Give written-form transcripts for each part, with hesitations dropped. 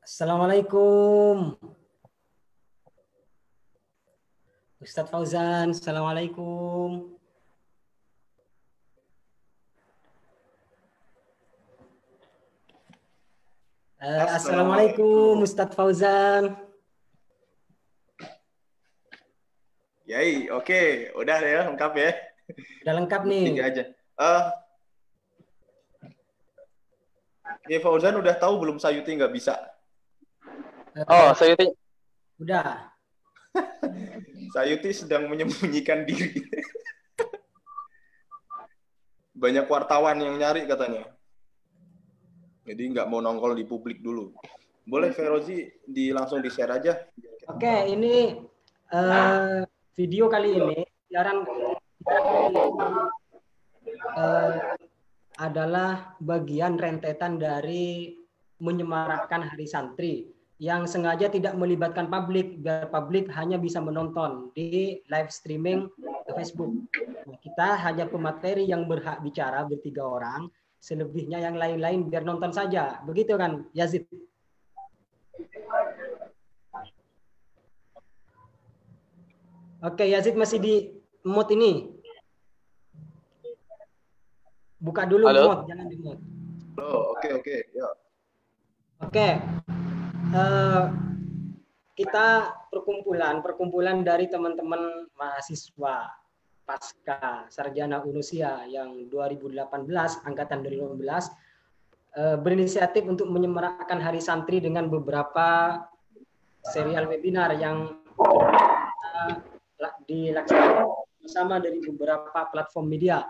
Assalamualaikum. Ustadz Fauzan, Assalamualaikum. Assalamualaikum Ustadz Fauzan. Yai, oke. Udah ya, lengkap ya. Udah lengkap nih. 3 aja. Ya Fauzan udah tahu belum Sayuti nggak bisa? Sayuti. Udah. Sayuti sedang menyembunyikan diri. Banyak wartawan yang nyari katanya. Jadi nggak mau nongol di publik dulu. Boleh Ferozi langsung di-share aja. Oke, ini video kali ini siaran adalah bagian rentetan dari menyemarakkan Hari Santri yang sengaja tidak melibatkan publik, biar publik hanya bisa menonton di live streaming ke Facebook. Nah, kita hanya pemateri yang berhak bicara bertiga orang, selebihnya yang lain-lain biar nonton saja. Begitu kan, Yazid? Oke, Yazid masih di mute ini. Buka dulu mute, jangan di mute. Oke. Ya. Oke. Kita perkumpulan dari teman-teman mahasiswa pasca sarjana Unusia yang 2018 angkatan 2015 berinisiatif untuk menyemarakkan Hari Santri dengan beberapa serial webinar yang dilaksanakan bersama dari beberapa platform media.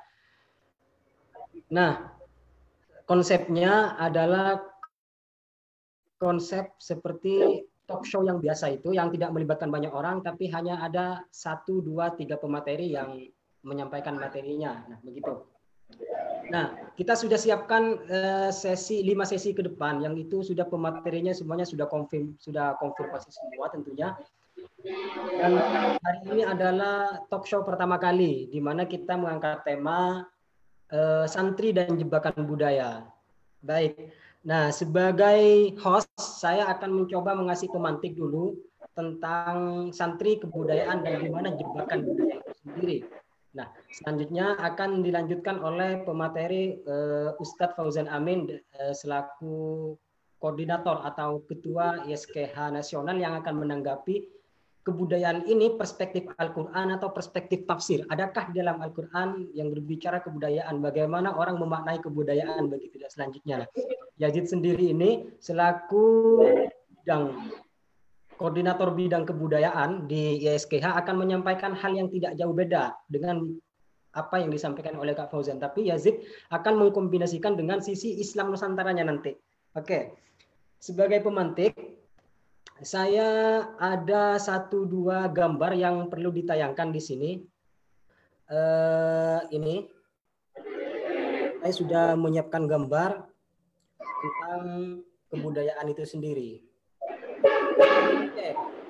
Nah, konsepnya adalah konsep seperti talk show yang biasa itu, yang tidak melibatkan banyak orang, tapi hanya ada 1, 2, 3 pemateri yang menyampaikan materinya. Nah, begitu. Nah, kita sudah siapkan 5 sesi ke depan, yang itu sudah pematerinya semuanya sudah konfirmasi semua tentunya. Dan hari ini adalah talk show pertama kali, di mana kita mengangkat tema santri dan jebakan budaya. Baik. Nah, sebagai host, saya akan mencoba mengasih pemantik dulu tentang santri, kebudayaan, dan gimana jebakan budaya itu sendiri. Nah, selanjutnya akan dilanjutkan oleh pemateri Ustadz Fauzan Amin selaku koordinator atau ketua ISKH nasional yang akan menanggapi kebudayaan ini perspektif Al-Quran atau perspektif tafsir. Adakah di dalam Al-Quran yang berbicara kebudayaan? Bagaimana orang memaknai kebudayaan begitu dan selanjutnya. Yazid sendiri ini selaku koordinator bidang kebudayaan di ISKH akan menyampaikan hal yang tidak jauh beda dengan apa yang disampaikan oleh Kak Fauzan. Tapi Yazid akan mengkombinasikan dengan sisi Islam Nusantaranya nanti. Oke. Sebagai pemantik, saya ada 1-2 gambar yang perlu ditayangkan di sini. Ini saya sudah menyiapkan gambar tentang kebudayaan itu sendiri. Oke.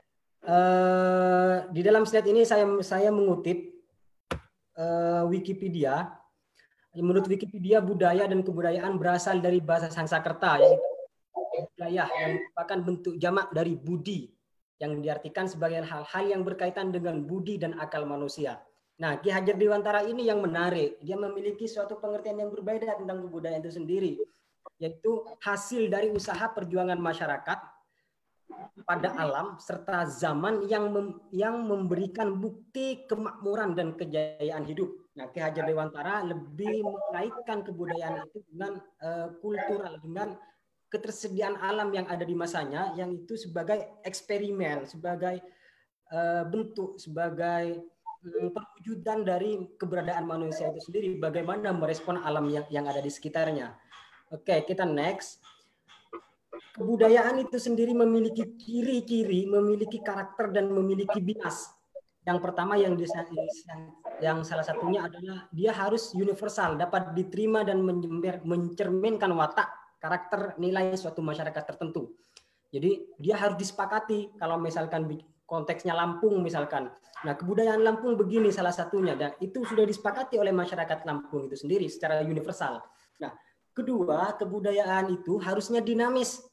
Di dalam slide ini saya mengutip Wikipedia. Menurut Wikipedia, budaya dan kebudayaan berasal dari bahasa Sanskerta, yaitu budaya yang merupakan bentuk jamak dari budi yang diartikan sebagai hal-hal yang berkaitan dengan budi dan akal manusia. Nah, Ki Hajar Dewantara ini yang menarik. Dia memiliki suatu pengertian yang berbeda tentang kebudayaan itu sendiri, yaitu hasil dari usaha perjuangan masyarakat pada alam serta zaman yang memberikan bukti kemakmuran dan kejayaan hidup. Nah, Ki Hajar Dewantara lebih mengaitkan kebudayaan itu dengan kultural, dengan ketersediaan alam yang ada di masanya, yang itu sebagai eksperimen, sebagai bentuk, sebagai perwujudan dari keberadaan manusia itu sendiri, bagaimana merespon alam yang ada di sekitarnya. Oke, kita next. Kebudayaan itu sendiri memiliki ciri-ciri, memiliki karakter, dan memiliki bias. Yang pertama yang salah satunya adalah dia harus universal, dapat diterima dan mencerminkan watak, karakter, nilai suatu masyarakat tertentu. Jadi dia harus disepakati. Kalau misalkan konteksnya Lampung misalkan, nah kebudayaan Lampung begini salah satunya, dan itu sudah disepakati oleh masyarakat Lampung itu sendiri secara universal. Nah, kedua, kebudayaan itu harusnya dinamis,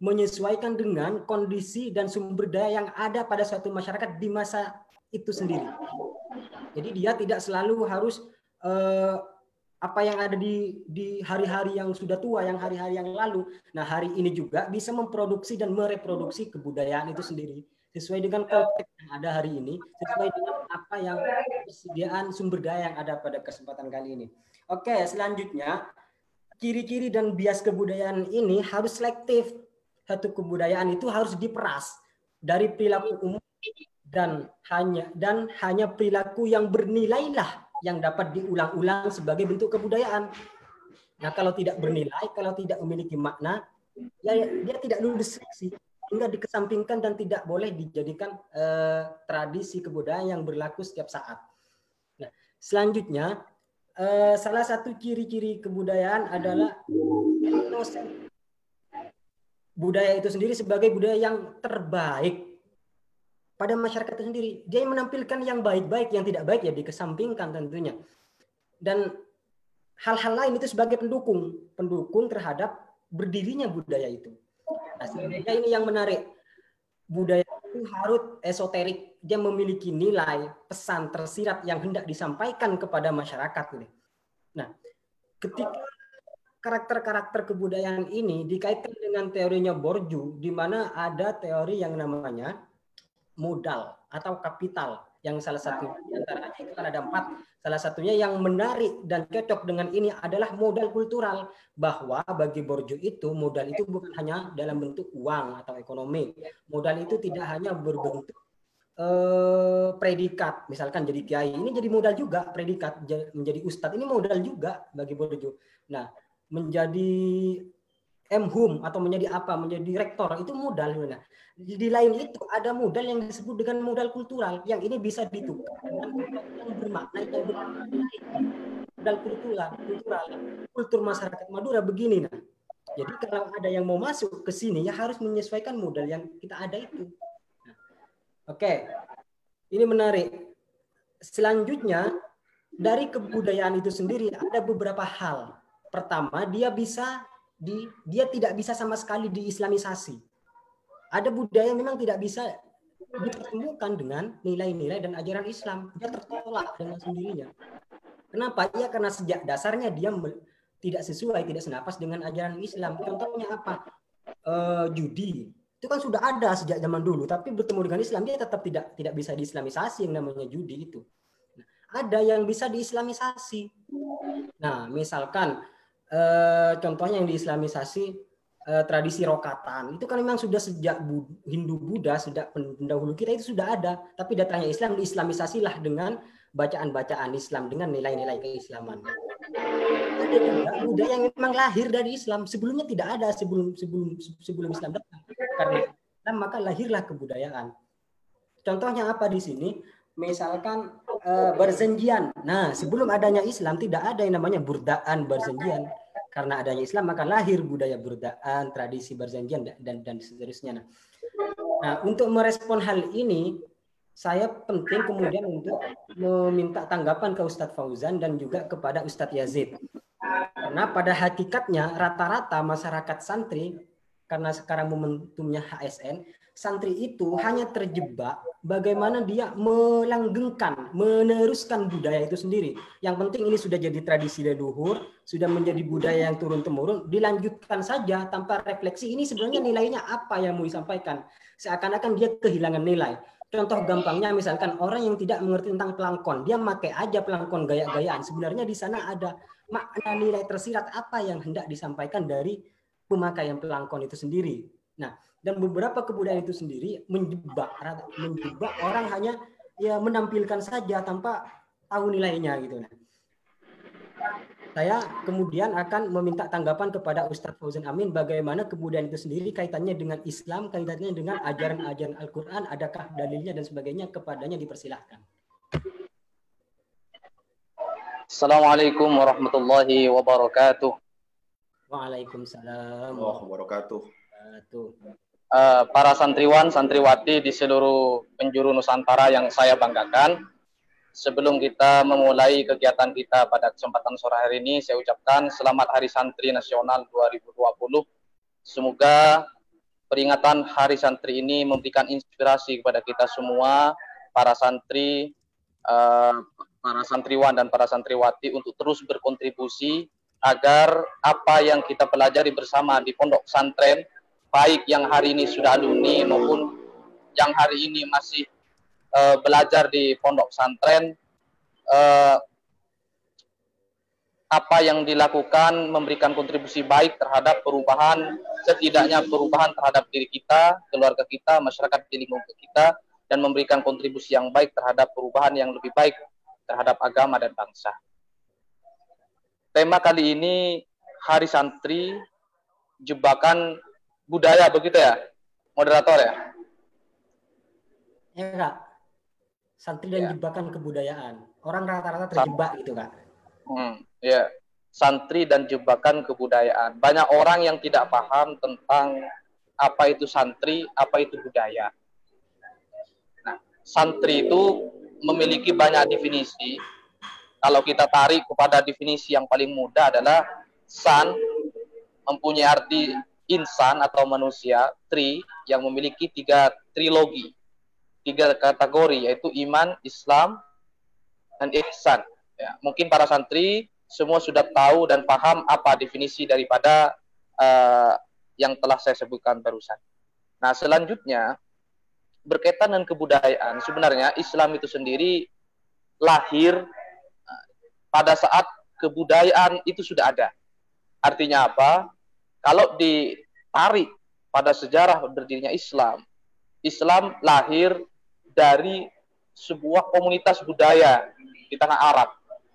menyesuaikan dengan kondisi dan sumber daya yang ada pada suatu masyarakat di masa itu sendiri. Jadi dia tidak selalu harus apa yang ada di hari-hari yang sudah tua, yang hari-hari yang lalu. Nah, hari ini juga bisa memproduksi dan mereproduksi kebudayaan itu sendiri sesuai dengan konteks yang ada hari ini, sesuai dengan apa yang persediaan sumber daya yang ada pada kesempatan kali ini. Oke, selanjutnya ciri-ciri dan bias kebudayaan ini harus selektif. Satu kebudayaan itu harus diperas dari perilaku umum dan hanya perilaku yang bernilailah yang dapat diulang-ulang sebagai bentuk kebudayaan. Nah, kalau tidak bernilai, kalau tidak memiliki makna, ya dia tidak lulus seleksi, hingga dikesampingkan dan tidak boleh dijadikan tradisi kebudayaan yang berlaku setiap saat. Nah, selanjutnya, salah satu ciri-ciri kebudayaan adalah budaya itu sendiri sebagai budaya yang terbaik pada masyarakat itu sendiri. Dia menampilkan yang baik-baik, yang tidak baik ya dikesampingkan tentunya. Dan hal-hal lain itu sebagai pendukung terhadap berdirinya budaya itu. Nah, sebenarnya ini yang menarik. Budaya itu harus esoterik. Dia memiliki nilai, pesan tersirat yang hendak disampaikan kepada masyarakat. Nah, ketika karakter-karakter kebudayaan ini dikaitkan dengan teorinya Bourdieu, di mana ada teori yang namanya modal atau kapital, yang salah satu di antaranya itu kan ada 4. Salah satunya yang menarik dan cocok dengan ini adalah modal kultural, bahwa bagi Bourdieu itu modal itu bukan hanya dalam bentuk uang atau ekonomi. Modal itu tidak hanya berbentuk predikat, misalkan jadi kiai, ini jadi modal juga. Predikat menjadi ustadz ini modal juga bagi Bourdieu. Nah, menjadi MHum atau menjadi apa, menjadi rektor itu modal. Nah, di lain itu ada modal yang disebut dengan modal kultural, yang ini bisa ditukar dengan yang bermakna, yang bernilai. Modal kultural, kultur masyarakat Madura begini. Nah, jadi kalau ada yang mau masuk ke sini ya harus menyesuaikan modal yang kita ada itu. Nah, oke, ini menarik. Selanjutnya, dari kebudayaan itu sendiri ada beberapa hal. Pertama, dia tidak bisa sama sekali diislamisasi. Ada budaya yang memang tidak bisa dipertemukan dengan nilai-nilai dan ajaran Islam. Dia tertolak dengan sendirinya. Kenapa? Ya karena sejak dasarnya dia tidak sesuai, tidak senapas dengan ajaran Islam. Contohnya apa? Judi. Itu kan sudah ada sejak zaman dulu, tapi bertemu dengan Islam dia tetap tidak bisa diislamisasi yang namanya judi itu. Ada yang bisa diislamisasi. Nah, misalkan contohnya yang diislamisasi tradisi rokatan itu kan memang sudah sejak Hindu Buddha, sejak pendahulu kita itu sudah ada, tapi datangnya Islam diislamisasilah dengan bacaan-bacaan Islam dengan nilai-nilai keislaman. Ada juga budaya yang memang lahir dari Islam, sebelumnya tidak ada sebelum Islam datang. Karena Islam maka lahirlah kebudayaan. Contohnya apa di sini? Misalkan berzenjian. Nah, sebelum adanya Islam tidak ada yang namanya burdaan, berzenjian. Karena adanya Islam maka lahir budaya burdaan, tradisi berzenjian dan seterusnya. Nah, untuk merespon hal ini, saya penting kemudian untuk meminta tanggapan ke Ustadz Fauzan dan juga kepada Ustadz Yazid. Karena pada hakikatnya rata-rata masyarakat santri, karena sekarang momentumnya HSN, santri itu hanya terjebak bagaimana dia melanggengkan, meneruskan budaya itu sendiri. Yang penting ini sudah jadi tradisi leluhur, sudah menjadi budaya yang turun-temurun, dilanjutkan saja tanpa refleksi ini sebenarnya nilainya apa yang mau disampaikan. Seakan-akan dia kehilangan nilai. Contoh gampangnya misalkan orang yang tidak mengerti tentang pelangkon, dia pakai aja pelangkon gaya-gayaan. Sebenarnya di sana ada makna nilai tersirat apa yang hendak disampaikan dari pemakaian pelangkon itu sendiri. Nah, dan beberapa kebudayaan itu sendiri menjebak orang hanya ya menampilkan saja tanpa tahu nilainya gitu. Nah, saya kemudian akan meminta tanggapan kepada Ustadz Fauzan Amin bagaimana kebudayaan itu sendiri kaitannya dengan Islam, kaitannya dengan ajaran-ajaran Al-Quran, adakah dalilnya dan sebagainya, kepadanya dipersilahkan. Assalamualaikum warahmatullahi wabarakatuh. Waalaikumsalam wabarakatuh. Para santriwan, santriwati di seluruh penjuru Nusantara yang saya banggakan. Sebelum kita memulai kegiatan kita pada kesempatan sore hari ini, saya ucapkan Selamat Hari Santri Nasional 2020. Semoga peringatan Hari Santri ini memberikan inspirasi kepada kita semua, para santri, para santriwan dan para santriwati untuk terus berkontribusi agar apa yang kita pelajari bersama di pondok pesantren, baik yang hari ini sudah alumni maupun yang hari ini masih belajar di pondok pesantren, apa yang dilakukan memberikan kontribusi baik terhadap perubahan, setidaknya perubahan terhadap diri kita, keluarga kita, masyarakat di lingkungan kita, dan memberikan kontribusi yang baik terhadap perubahan yang lebih baik terhadap agama dan bangsa. Tema kali ini Hari Santri, Jebakan Budaya, begitu ya, moderator ya? Ya Kak, santri dan jebakan kebudayaan. Orang rata-rata terjebak gitu Kak. Ya, santri dan jebakan kebudayaan. Banyak orang yang tidak paham tentang apa itu santri, apa itu budaya. Nah, santri itu memiliki banyak definisi. Kalau kita tarik kepada definisi yang paling mudah adalah san, mempunyai arti insan atau manusia, tri, yang memiliki 3 trilogi, 3 kategori, yaitu iman, Islam, dan ihsan. Ya, mungkin para santri semua sudah tahu dan paham apa definisi daripada yang telah saya sebutkan barusan. Nah, selanjutnya berkaitan dengan kebudayaan. Sebenarnya Islam itu sendiri lahir pada saat kebudayaan itu sudah ada. Artinya apa? Kalau ditarik pada sejarah berdirinya Islam, Islam lahir dari sebuah komunitas budaya di tanah Arab.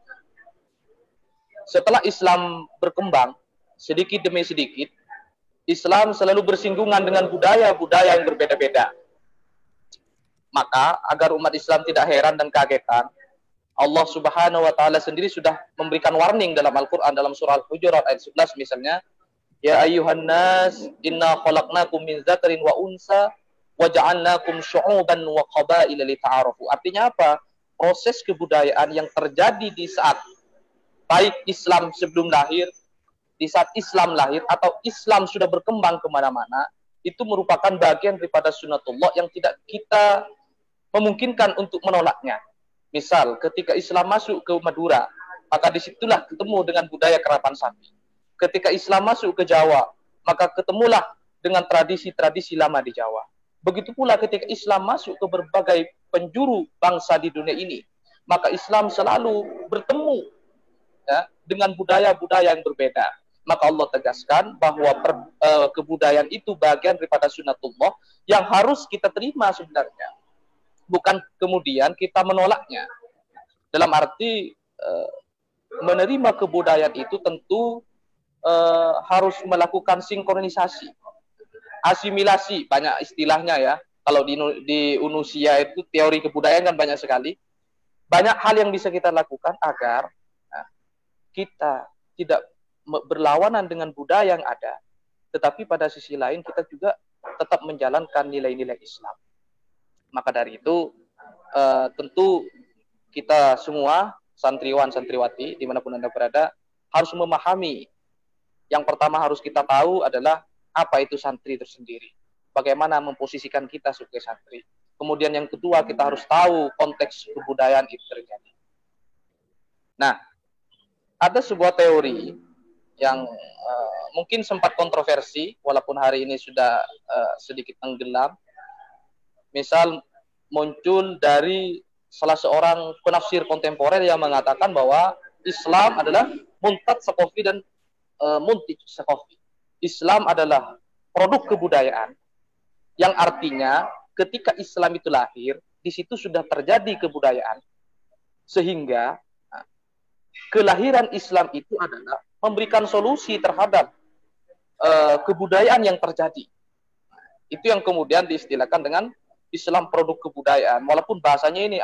Setelah Islam berkembang, sedikit demi sedikit, Islam selalu bersinggungan dengan budaya-budaya yang berbeda-beda. Maka, agar umat Islam tidak heran dan kagetan, Allah Subhanahu wa Ta'ala sendiri sudah memberikan warning dalam Al-Quran, dalam surah Al-Hujurat ayat 11 misalnya, Ya ayyuhan nas, inna khalaqnakum min dzakarin wa unsa, wa ja'alnakum syu'uban wa qabaila lita'arafu. Artinya apa? Proses kebudayaan yang terjadi di saat baik Islam sebelum lahir, di saat Islam lahir, atau Islam sudah berkembang kemana-mana, itu merupakan bagian daripada sunnatullah yang tidak kita memungkinkan untuk menolaknya. Misal, ketika Islam masuk ke Madura, maka disitulah ketemu dengan budaya kerapan sapi. Ketika Islam masuk ke Jawa, maka ketemulah dengan tradisi-tradisi lama di Jawa. Begitu pula ketika Islam masuk ke berbagai penjuru bangsa di dunia ini, maka Islam selalu bertemu ya, dengan budaya-budaya yang berbeda. Maka Allah tegaskan bahwa kebudayaan itu bagian daripada sunnatullah yang harus kita terima sebenarnya. Bukan kemudian kita menolaknya. Dalam arti menerima kebudayaan itu tentu harus melakukan sinkronisasi. Asimilasi, banyak istilahnya ya. Kalau di Unusia itu teori kebudayaan kan banyak sekali. Banyak hal yang bisa kita lakukan agar kita tidak berlawanan dengan budaya yang ada, tetapi pada sisi lain kita juga tetap menjalankan nilai-nilai Islam. Maka dari itu tentu kita semua santriwan santriwati dimanapun Anda berada harus memahami. Yang pertama harus kita tahu adalah apa itu santri tersendiri, bagaimana memposisikan kita sebagai santri. Kemudian yang kedua kita harus tahu konteks kebudayaan itu terjadi. Nah, ada sebuah teori yang mungkin sempat kontroversi, walaupun hari ini sudah sedikit tenggelam. Misal muncul dari salah seorang penafsir kontemporer yang mengatakan bahwa Islam adalah muntad sakofi dan muntij sakofi. Islam adalah produk kebudayaan, yang artinya ketika Islam itu lahir, di situ sudah terjadi kebudayaan, sehingga kelahiran Islam itu adalah memberikan solusi terhadap kebudayaan yang terjadi. Itu yang kemudian diistilahkan dengan Islam produk kebudayaan. Walaupun bahasanya ini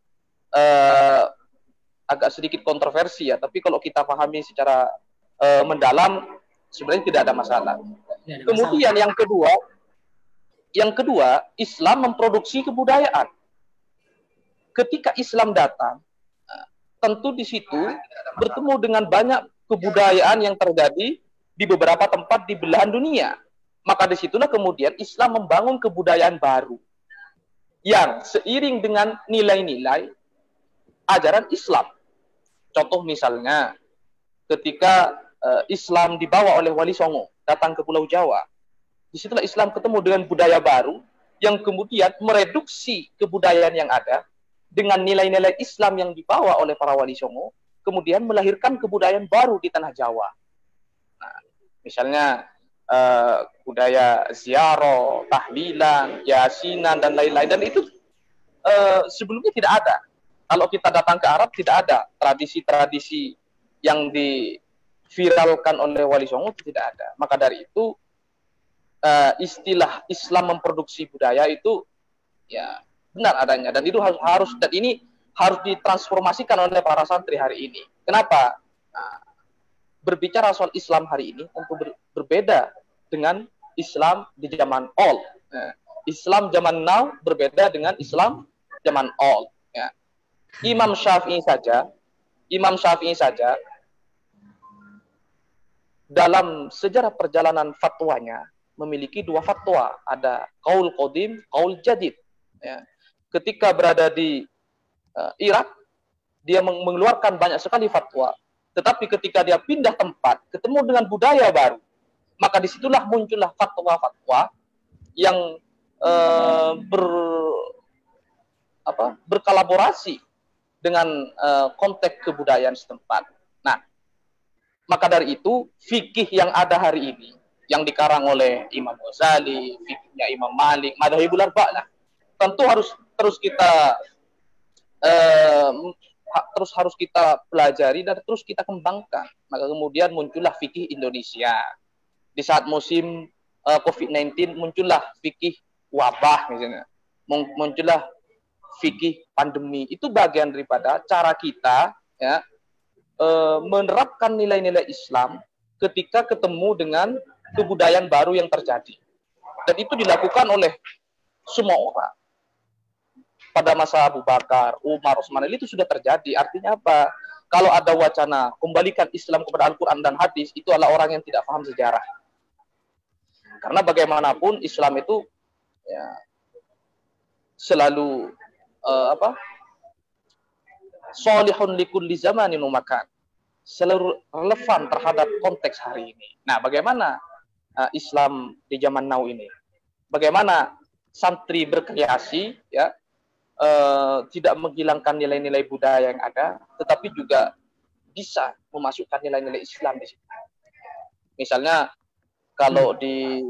agak sedikit kontroversi ya, tapi kalau kita pahami secara mendalam sebenarnya tidak ada masalah. Kemudian yang kedua, Islam memproduksi kebudayaan. Ketika Islam datang, tentu di situ bertemu dengan banyak kebudayaan yang terjadi di beberapa tempat di belahan dunia. Maka disitulah kemudian Islam membangun kebudayaan baru yang seiring dengan nilai-nilai ajaran Islam. Contoh misalnya ketika Islam dibawa oleh Wali Songo datang ke Pulau Jawa, disitulah Islam ketemu dengan budaya baru yang kemudian mereduksi kebudayaan yang ada dengan nilai-nilai Islam yang dibawa oleh para Wali Songo, kemudian melahirkan kebudayaan baru di tanah Jawa. Nah, misalnya budaya ziarah, tahlilan, yasinan, dan lain-lain. Dan itu sebelumnya tidak ada. Kalau kita datang ke Arab, tidak ada tradisi-tradisi yang diviralkan oleh Wali Songo, tidak ada. Maka dari itu, istilah Islam memproduksi budaya itu ya benar adanya. Dan itu harus dan ini harus ditransformasikan oleh para santri hari ini. Kenapa? Nah, berbicara soal Islam hari ini tentu berbeda dengan Islam di zaman old. Islam zaman now berbeda dengan Islam zaman old. Ya. Imam Syafi'i saja dalam sejarah perjalanan fatwanya memiliki 2 fatwa. Ada qaul qadim, qaul jadid. Ya. Ketika berada di Irak, dia mengeluarkan banyak sekali fatwa. Tetapi ketika dia pindah tempat, ketemu dengan budaya baru, maka disitulah muncullah fatwa-fatwa yang berkolaborasi dengan konteks kebudayaan setempat. Nah, maka dari itu fikih yang ada hari ini, yang dikarang oleh Imam Ghazali, fikihnya Imam Malik, Madhabul Arba' lah, tentu harus terus kita pelajari dan terus kita kembangkan. Maka kemudian muncullah fikih Indonesia. Di saat musim COVID-19 muncullah fikih wabah misalnya. Muncullah fikih pandemi. Itu bagian daripada cara kita ya menerapkan nilai-nilai Islam ketika ketemu dengan kebudayaan baru yang terjadi. Dan itu dilakukan oleh semua orang. Pada masa Abu Bakar, Umar, Utsman, itu sudah terjadi. Artinya apa? Kalau ada wacana kembalikan Islam kepada Al-Quran dan hadis, itu adalah orang yang tidak paham sejarah. Karena bagaimanapun Islam itu ya, selalu sholihun likulli zamanin wa makan. Selalu relevan terhadap konteks hari ini. Nah, bagaimana Islam di zaman now ini? Bagaimana santri berkreasi ya, tidak menghilangkan nilai-nilai budaya yang ada, tetapi juga bisa memasukkan nilai-nilai Islam di situ. Misalnya kalau di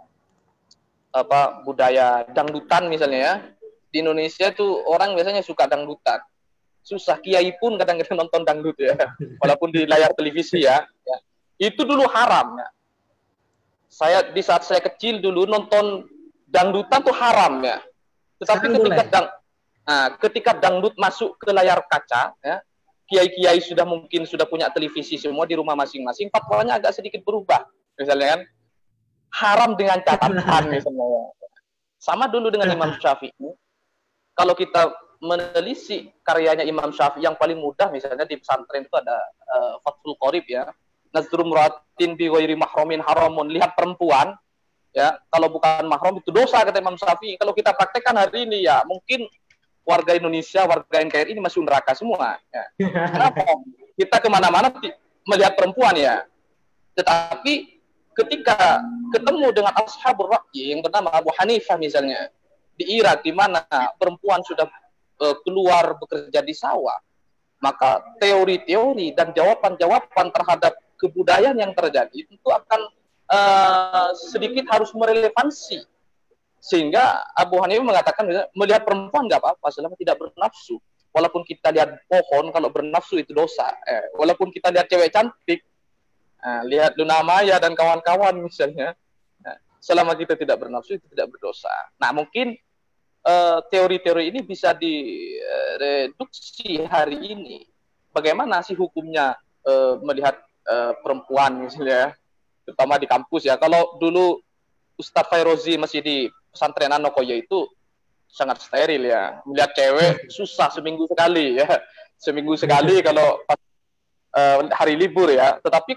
budaya dangdutan misalnya ya, di Indonesia tuh orang biasanya suka dangdutan. Susah, kiai pun kadang-kadang nonton dangdut ya, walaupun di layar televisi ya. Itu dulu haram ya. Di saat saya kecil dulu nonton dangdutan tuh haram ya. Tetapi ketika dangdut masuk ke layar kaca, ya, kiai-kiai sudah punya televisi semua di rumah masing-masing, fatwanya agak sedikit berubah, misalnya kan, haram dengan catatan misalnya. Sama dulu dengan Imam Syafi'i. Kalau kita menelisik karyanya Imam Syafi'i yang paling mudah, misalnya di pesantren itu ada Fathul Qorib ya, Nazru muratin bi ghairi mahramin haramun, lihat perempuan ya, kalau bukan mahram itu dosa kata Imam Syafi'i. Kalau kita praktekkan hari ini ya, mungkin warga Indonesia, warga NKRI ini masuk neraka semua. Ya. Kenapa? Kita kemana-mana melihat perempuan ya. Tetapi ketika ketemu dengan ashabul ra'yi yang bernama Abu Hanifah misalnya, di Irak di mana perempuan sudah keluar bekerja di sawah, maka teori-teori dan jawaban-jawaban terhadap kebudayaan yang terjadi itu akan sedikit harus merelevansi. Sehingga Abu Hanifah mengatakan melihat perempuan nggak apa-apa selama tidak bernafsu. Walaupun kita lihat pohon, kalau bernafsu itu dosa. Walaupun kita lihat cewek cantik, lihat Luna Maya dan kawan-kawan misalnya, selama kita tidak bernafsu itu tidak berdosa. Nah mungkin teori-teori ini bisa direduksi hari ini. Bagaimana sih hukumnya melihat perempuan misalnya, terutama di kampus ya. Kalau dulu Ustadz Fairozi masih di pesantren Anokoya itu sangat steril ya. Melihat cewek susah seminggu sekali ya. Seminggu sekali kalau hari libur ya. Tetapi kalau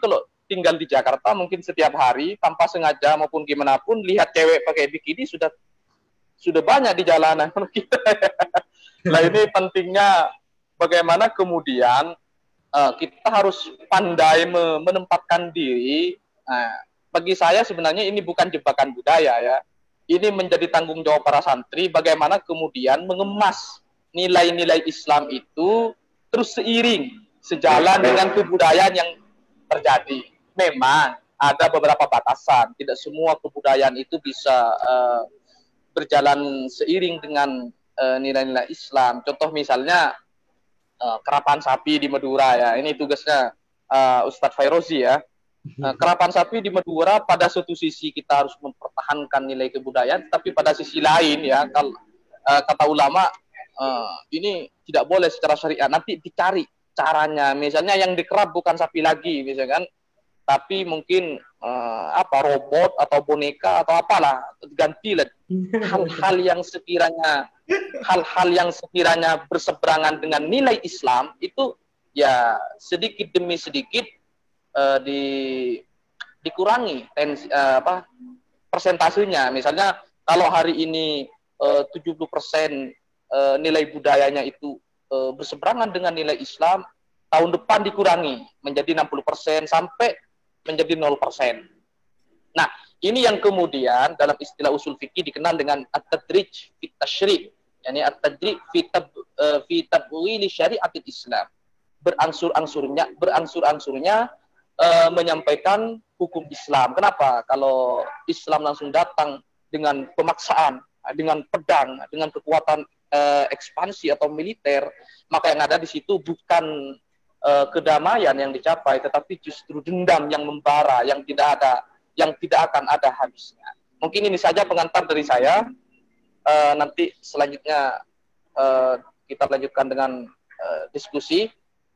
tinggal di Jakarta mungkin setiap hari tanpa sengaja maupun gimana pun lihat cewek pakai bikini sudah banyak di jalanan kita. Nah ini pentingnya bagaimana kemudian kita harus pandai menempatkan diri. Bagi saya sebenarnya ini bukan jebakan budaya ya. Ini menjadi tanggung jawab para santri bagaimana kemudian mengemas nilai-nilai Islam itu terus seiring sejalan dengan kebudayaan yang terjadi. Memang ada beberapa batasan, tidak semua kebudayaan itu bisa berjalan seiring dengan nilai-nilai Islam. Contoh misalnya kerapan sapi di Madura ya. Ini tugasnya Ustadz Fairozi ya. Kerapan sapi di Madura pada suatu sisi kita harus mempertahankan nilai kebudayaan, tapi pada sisi lain ya kalau kata ulama ini tidak boleh secara syariat. Nanti dicari caranya. Misalnya yang dikerap bukan sapi lagi, misalkan, tapi mungkin robot atau boneka atau apalah, gantilah hal-hal yang sekiranya berseberangan dengan nilai Islam itu ya sedikit demi sedikit dikurangi persentasenya. Misalnya kalau hari ini 70% nilai budayanya itu berseberangan dengan nilai Islam, tahun depan dikurangi menjadi 60% sampai menjadi 0%. Nah, ini yang kemudian dalam istilah usul fikih dikenal dengan at-tadrij fi tasyri', yakni at-tadrij fi tabwil syariatil Islam. Berangsur-angsurnya menyampaikan hukum Islam. Kenapa? Kalau Islam langsung datang dengan pemaksaan, dengan pedang, dengan kekuatan ekspansi atau militer, maka yang ada di situ bukan kedamaian yang dicapai, tetapi justru dendam yang membara, yang tidak akan ada habisnya. Mungkin ini saja pengantar dari saya. Nanti selanjutnya kita lanjutkan dengan diskusi.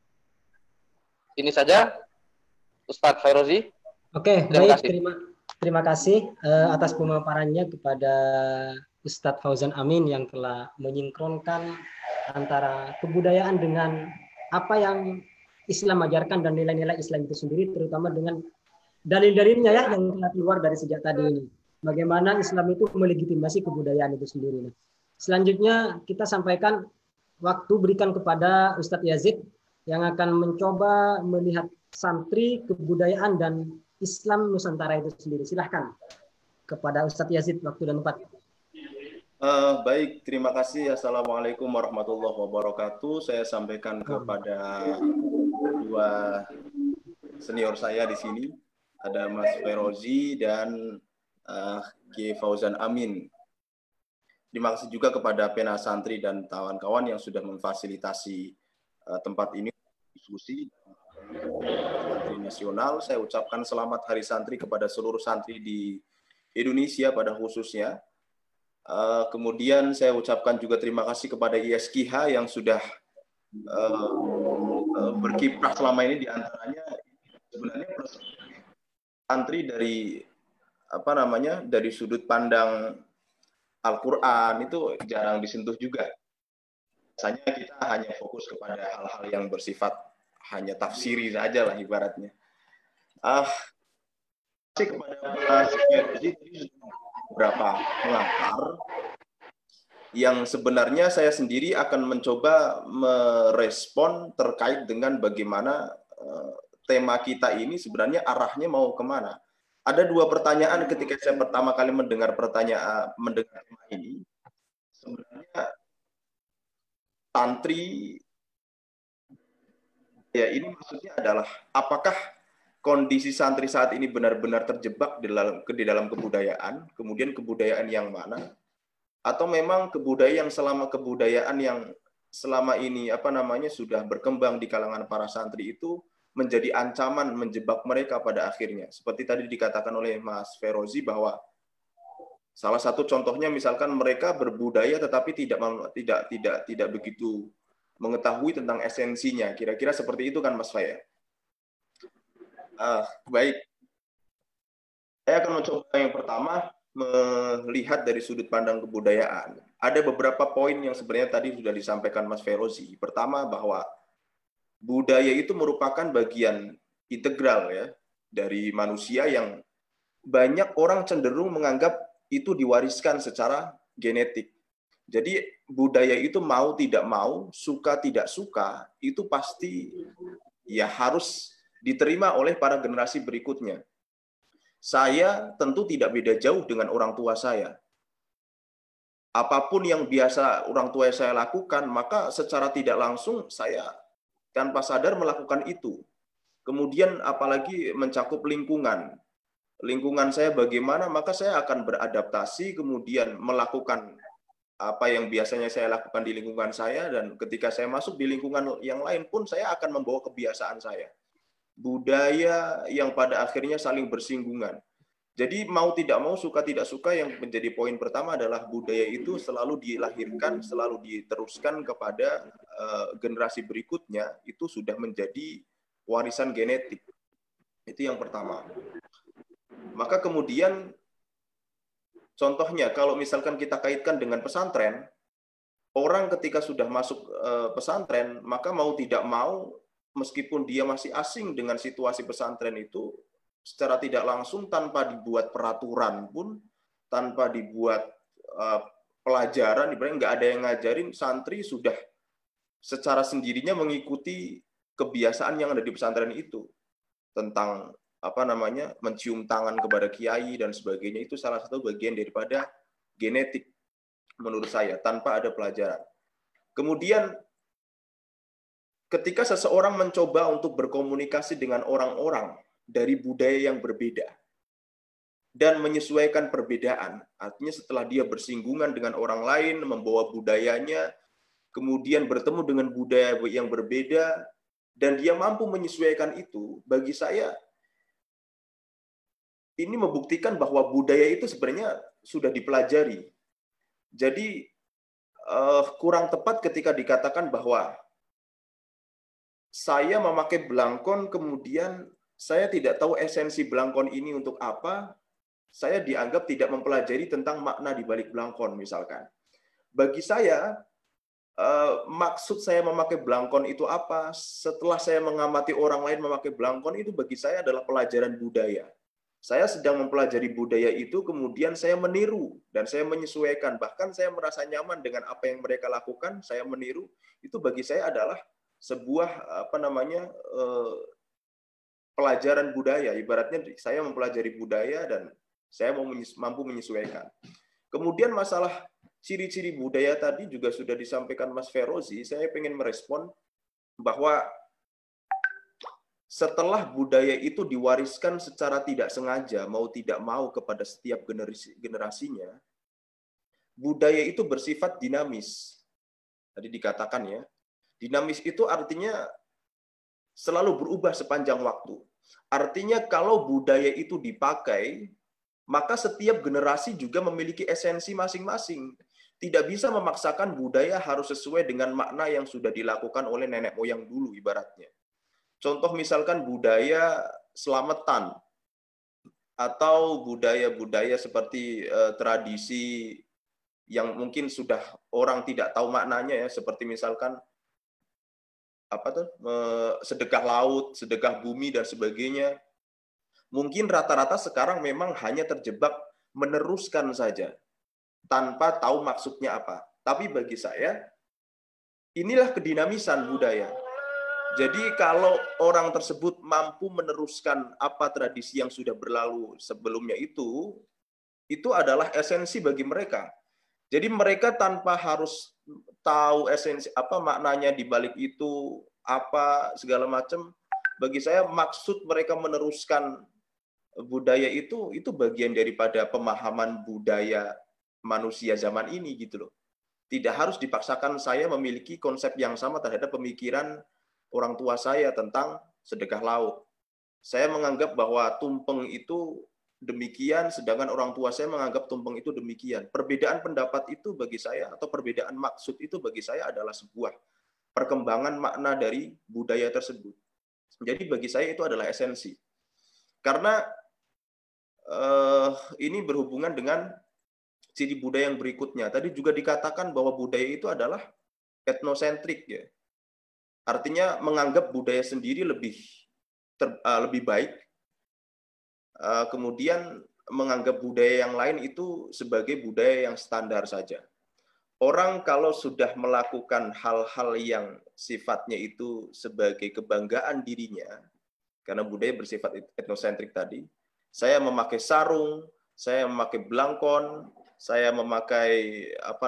Ini saja, Ustadz Fairozi. Oke, baik. Terima kasih atas pemaparannya kepada Ustadz Fauzan Amin yang telah menyinkronkan antara kebudayaan dengan apa yang Islam ajarkan dan nilai-nilai Islam itu sendiri, terutama dengan dalil-dalilnya ya yang telah keluar dari sejak tadi ini. Bagaimana Islam itu melegitimasi kebudayaan itu sendiri. Selanjutnya kita sampaikan waktu berikan kepada Ustadz Yazid yang akan mencoba melihat santri, kebudayaan, dan Islam Nusantara itu sendiri. Silahkan kepada Ustadz Yazid, waktu dan tempat. Baik, terima kasih. Assalamualaikum warahmatullahi wabarakatuh. Saya sampaikan kepada dua senior saya di sini, ada Mas Fairozi dan Ki Fauzan Amin. Terima kasih juga kepada Pena Santri dan kawan-kawan yang sudah memfasilitasi tempat ini diskusi santri nasional. Saya ucapkan selamat Hari Santri kepada seluruh santri di Indonesia pada khususnya. Kemudian saya ucapkan juga terima kasih kepada ISKH yang sudah berkiprah selama ini, di antaranya sebenarnya santri dari dari sudut pandang Al-Quran itu jarang disentuh juga. Biasanya kita hanya fokus kepada hal-hal yang bersifat hanya tafsiri saja lah ibaratnya. Kepada beberapa pengantar yang sebenarnya saya sendiri akan mencoba merespon terkait dengan bagaimana tema kita ini sebenarnya arahnya mau kemana. Ada dua pertanyaan ketika saya pertama kali mendengar tema ini. Sebenarnya santri, ya ini maksudnya adalah apakah kondisi santri saat ini benar-benar terjebak di dalam kebudayaan, kemudian kebudayaan yang mana, atau memang kebudayaan yang selama ini sudah berkembang di kalangan para santri itu menjadi ancaman menjebak mereka pada akhirnya. Seperti tadi dikatakan oleh Mas Fairozi bahwa salah satu contohnya misalkan mereka berbudaya tetapi tidak begitu mengetahui tentang esensinya. Kira-kira seperti itu kan Mas Faya? Baik. Saya akan mencoba yang pertama melihat dari sudut pandang kebudayaan. Ada beberapa poin yang sebenarnya tadi sudah disampaikan Mas Fairozi. Pertama bahwa budaya itu merupakan bagian integral ya dari manusia yang banyak orang cenderung menganggap itu diwariskan secara genetik. Jadi budaya itu mau tidak mau, suka tidak suka, itu pasti ya harus diterima oleh para generasi berikutnya. Saya tentu tidak beda jauh dengan orang tua saya. Apapun yang biasa orang tua saya lakukan, maka secara tidak langsung saya tanpa sadar melakukan itu. Kemudian apalagi mencakup lingkungan. Lingkungan saya bagaimana, maka saya akan beradaptasi, kemudian melakukan apa yang biasanya saya lakukan di lingkungan saya, dan ketika saya masuk di lingkungan yang lain pun saya akan membawa kebiasaan saya. Budaya yang pada akhirnya saling bersinggungan. Jadi mau tidak mau, suka tidak suka, yang menjadi poin pertama adalah budaya itu selalu dilahirkan, selalu diteruskan kepada generasi berikutnya, itu sudah menjadi warisan genetik. Itu yang pertama. Maka kemudian contohnya, kalau misalkan kita kaitkan dengan pesantren, orang ketika sudah masuk pesantren, maka mau tidak mau, meskipun dia masih asing dengan situasi pesantren itu, secara tidak langsung tanpa dibuat peraturan pun, tanpa dibuat pelajaran, ibaratnya nggak ada yang ngajarin, santri sudah secara sendirinya mengikuti kebiasaan yang ada di pesantren itu. Tentang mencium tangan kepada kiai dan sebagainya, itu salah satu bagian daripada genetik menurut saya, tanpa ada pelajaran. Kemudian ketika seseorang mencoba untuk berkomunikasi dengan orang-orang dari budaya yang berbeda dan menyesuaikan perbedaan, artinya setelah dia bersinggungan dengan orang lain, membawa budayanya, kemudian bertemu dengan budaya yang berbeda, dan dia mampu menyesuaikan itu, bagi saya ini membuktikan bahwa budaya itu sebenarnya sudah dipelajari. Jadi kurang tepat ketika dikatakan bahwa saya memakai belangkon, kemudian saya tidak tahu esensi belangkon ini untuk apa, saya dianggap tidak mempelajari tentang makna di balik belangkon misalkan. Bagi saya, maksud saya memakai belangkon itu apa, setelah saya mengamati orang lain memakai belangkon, itu bagi saya adalah pelajaran budaya. Saya sedang mempelajari budaya itu, kemudian saya meniru dan saya menyesuaikan. Bahkan saya merasa nyaman dengan apa yang mereka lakukan, saya meniru. Itu bagi saya adalah sebuah pelajaran budaya. Ibaratnya saya mempelajari budaya dan saya mampu menyesuaikan. Kemudian masalah ciri-ciri budaya tadi juga sudah disampaikan Mas Ferozi. Saya ingin merespon bahwa setelah budaya itu diwariskan secara tidak sengaja, mau tidak mau kepada setiap generasinya, budaya itu bersifat dinamis. Tadi dikatakan ya, dinamis itu artinya selalu berubah sepanjang waktu. Artinya kalau budaya itu dipakai, maka setiap generasi juga memiliki esensi masing-masing. Tidak bisa memaksakan budaya harus sesuai dengan makna yang sudah dilakukan oleh nenek moyang dulu ibaratnya. Contoh misalkan budaya selamatan atau budaya-budaya seperti tradisi yang mungkin sudah orang tidak tahu maknanya ya, seperti misalkan sedekah laut, sedekah bumi dan sebagainya. Mungkin rata-rata sekarang memang hanya terjebak meneruskan saja tanpa tahu maksudnya apa. Tapi bagi saya inilah kedinamisan budaya. Jadi kalau orang tersebut mampu meneruskan apa tradisi yang sudah berlalu sebelumnya itu adalah esensi bagi mereka. Jadi mereka tanpa harus tahu esensi apa maknanya di balik itu, apa segala macam, bagi saya maksud mereka meneruskan budaya itu bagian daripada pemahaman budaya manusia zaman ini gitu loh. Tidak harus dipaksakan saya memiliki konsep yang sama terhadap pemikiran orang tua saya tentang sedekah laut. Saya menganggap bahwa tumpeng itu demikian, sedangkan orang tua saya menganggap tumpeng itu demikian. Perbedaan pendapat itu bagi saya, atau perbedaan maksud itu bagi saya adalah sebuah perkembangan makna dari budaya tersebut. Jadi bagi saya itu adalah esensi. Karena ini berhubungan dengan ciri budaya yang berikutnya. Tadi juga dikatakan bahwa budaya itu adalah etnosentrik ya. Artinya menganggap budaya sendiri lebih baik kemudian menganggap budaya yang lain itu sebagai budaya yang standar saja. Orang kalau sudah melakukan hal-hal yang sifatnya itu sebagai kebanggaan dirinya, karena budaya bersifat etnosentrik tadi, saya memakai sarung, saya memakai belangkon, saya memakai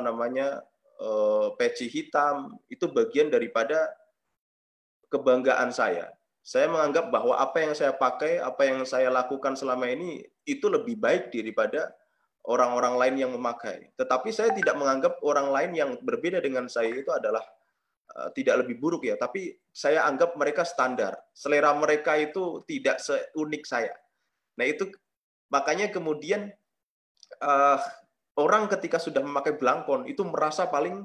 peci hitam, itu bagian daripada kebanggaan saya. Saya menganggap bahwa apa yang saya pakai, apa yang saya lakukan selama ini, itu lebih baik daripada orang-orang lain yang memakai. Tetapi saya tidak menganggap orang lain yang berbeda dengan saya itu adalah tidak lebih buruk ya, tapi saya anggap mereka standar. Selera mereka itu tidak seunik saya. Nah itu makanya kemudian orang ketika sudah memakai belangkon itu merasa paling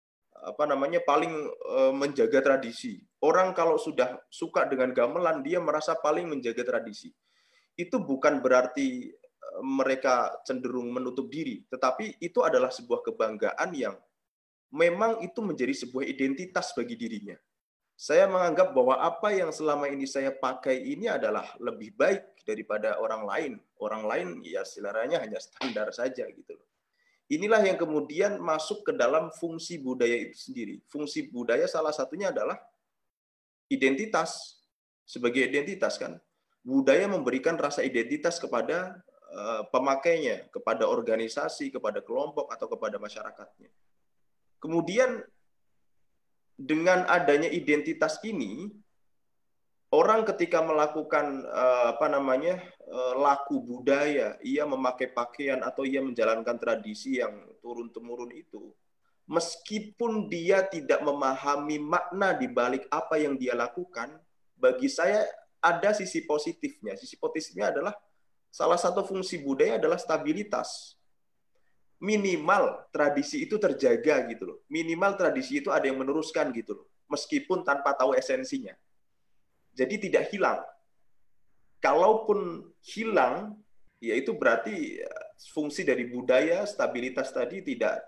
menjaga tradisi. Orang kalau sudah suka dengan gamelan dia merasa paling menjaga tradisi. Itu bukan berarti mereka cenderung menutup diri, tetapi itu adalah sebuah kebanggaan yang memang itu menjadi sebuah identitas bagi dirinya. Saya menganggap bahwa apa yang selama ini saya pakai ini adalah lebih baik daripada orang lain. Orang lain ya seleranya hanya standar saja gitu loh. Inilah yang kemudian masuk ke dalam fungsi budaya itu sendiri. Fungsi budaya salah satunya adalah identitas. Sebagai identitas kan, budaya memberikan rasa identitas kepada pemakainya, kepada organisasi, kepada kelompok, atau kepada masyarakatnya. Kemudian dengan adanya identitas ini, orang ketika melakukan laku budaya, ia memakai pakaian atau ia menjalankan tradisi yang turun-temurun itu, meskipun dia tidak memahami makna di balik apa yang dia lakukan, bagi saya ada sisi positifnya. Sisi positifnya adalah salah satu fungsi budaya adalah stabilitas. Minimal tradisi itu terjaga gitu loh. Minimal tradisi itu ada yang meneruskan gitu loh. Meskipun tanpa tahu esensinya. Jadi tidak hilang. Kalaupun hilang, ya itu berarti fungsi dari budaya, stabilitas tadi tidak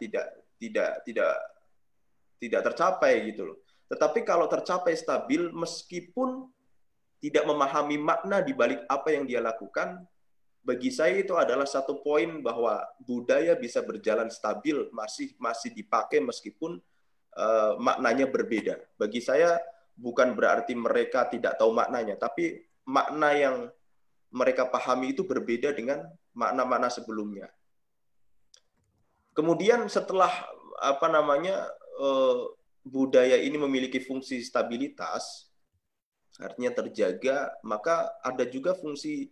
tercapai gitu loh. Tetapi kalau tercapai stabil, meskipun tidak memahami makna di balik apa yang dia lakukan, bagi saya itu adalah satu poin bahwa budaya bisa berjalan stabil, masih dipakai meskipun maknanya berbeda. Bagi saya bukan berarti mereka tidak tahu maknanya, tapi makna yang mereka pahami itu berbeda dengan makna-makna sebelumnya. Kemudian setelah budaya ini memiliki fungsi stabilitas, artinya terjaga, maka ada juga fungsi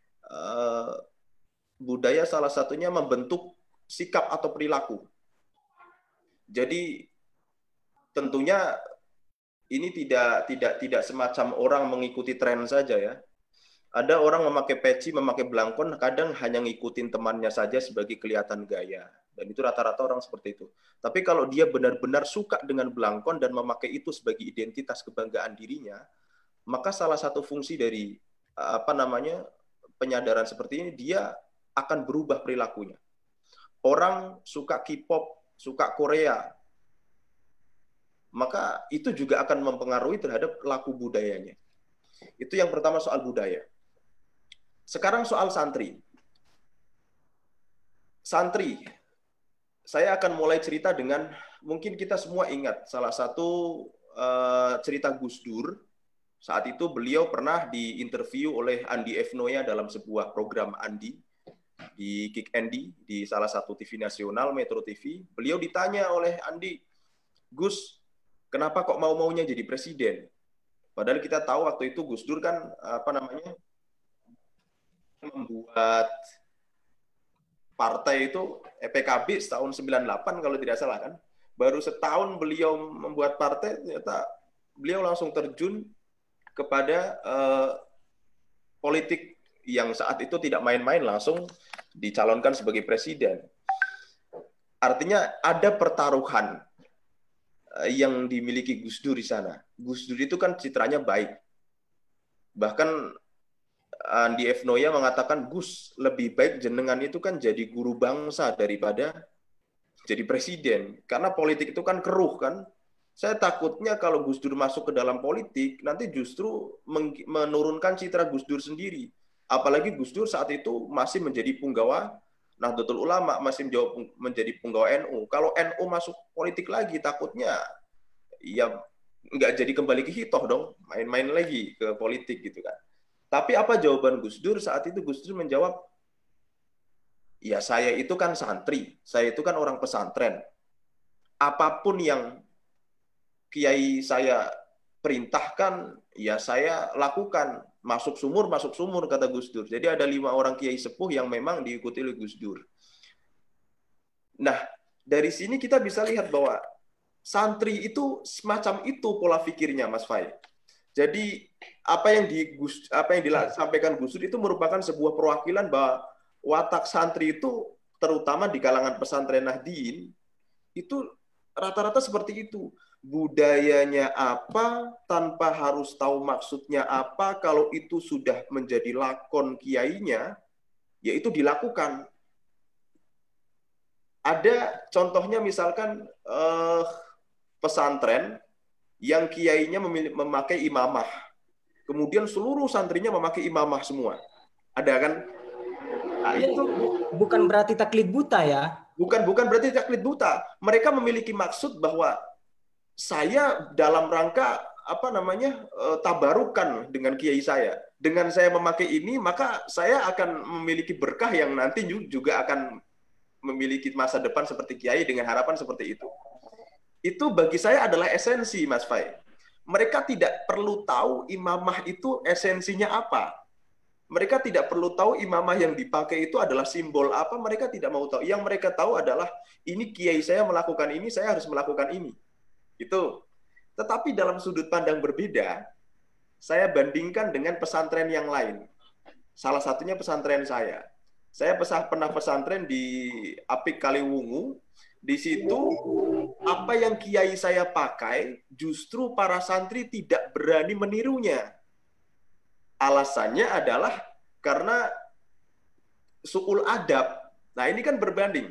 budaya salah satunya membentuk sikap atau perilaku. Jadi tentunya ini tidak semacam orang mengikuti tren saja ya. Ada orang memakai peci, memakai belangkon, kadang hanya ngikutin temannya saja sebagai kelihatan gaya. Dan itu rata-rata orang seperti itu. Tapi kalau dia benar-benar suka dengan belangkon dan memakai itu sebagai identitas kebanggaan dirinya, maka salah satu fungsi dari penyadaran seperti ini, dia akan berubah perilakunya. Orang suka K-pop, suka Korea, maka itu juga akan mempengaruhi terhadap laku budayanya. Itu yang pertama soal budaya. Sekarang soal santri. Santri, saya akan mulai cerita dengan, mungkin kita semua ingat, salah satu cerita Gus Dur. Saat itu beliau pernah diinterview oleh Andi F. Noya dalam sebuah program Andi di Kick Andy di salah satu TV nasional, Metro TV. Beliau ditanya oleh Andi, Gus, kenapa kok mau-maunya jadi presiden? Padahal kita tahu waktu itu Gus Dur kan membuat partai itu PKB tahun 98 kalau tidak salah kan. Baru setahun beliau membuat partai, ternyata beliau langsung terjun kepada politik yang saat itu tidak main-main, langsung dicalonkan sebagai presiden. Artinya ada pertaruhan yang dimiliki Gus Dur di sana. Gus Dur itu kan citranya baik. Bahkan Andi F. Noya mengatakan, Gus, lebih baik jenengan itu kan jadi guru bangsa daripada jadi presiden. Karena politik itu kan keruh kan. Saya takutnya kalau Gus Dur masuk ke dalam politik, nanti justru menurunkan citra Gus Dur sendiri. Apalagi Gus Dur saat itu masih menjadi punggawa Nahdlatul Ulama, masih menjadi punggawa NU. Kalau NU masuk politik lagi, takutnya ya nggak jadi kembali ke hitoh dong, main-main lagi ke politik gitu kan. Tapi apa jawaban Gus Dur saat itu? Gus Dur menjawab, ya saya itu kan santri, saya itu kan orang pesantren. Apapun yang kiai saya perintahkan, ya saya lakukan. Masuk sumur, kata Gus Dur. Jadi ada 5 orang kiai sepuh yang memang diikuti oleh Gus Dur. Nah, dari sini kita bisa lihat bahwa santri itu semacam itu pola pikirnya, Mas Fai. Jadi apa yang disampaikan Gus Dur itu merupakan sebuah perwakilan bahwa watak santri itu, terutama di kalangan pesantren Nahdien, itu rata-rata seperti itu. Budayanya apa, tanpa harus tahu maksudnya apa, kalau itu sudah menjadi lakon kiainya, ya itu dilakukan. Ada contohnya misalkan pesantren yang kiainya memakai imamah, kemudian seluruh santrinya memakai imamah semua. Ada kan? Nah, itu bukan berarti taklid buta ya? Bukan berarti taklid buta. Mereka memiliki maksud bahwa saya dalam rangka tabarukan dengan kiai saya. Dengan saya memakai ini, maka saya akan memiliki berkah yang nanti juga akan memiliki masa depan seperti kiai dengan harapan seperti itu. Itu bagi saya adalah esensi, Mas Fai. Mereka tidak perlu tahu imamah itu esensinya apa. Mereka tidak perlu tahu imamah yang dipakai itu adalah simbol apa. Mereka tidak mau tahu. Yang mereka tahu adalah ini kiai saya melakukan ini, saya harus melakukan ini. Itu. Tetapi dalam sudut pandang berbeda, saya bandingkan dengan pesantren yang lain. Salah satunya pesantren saya. Saya pernah pesantren di Apik Kaliwungu. Di situ apa yang kiai saya pakai, justru para santri tidak berani menirunya. Alasannya adalah karena su'ul adab. Nah, ini kan berbanding.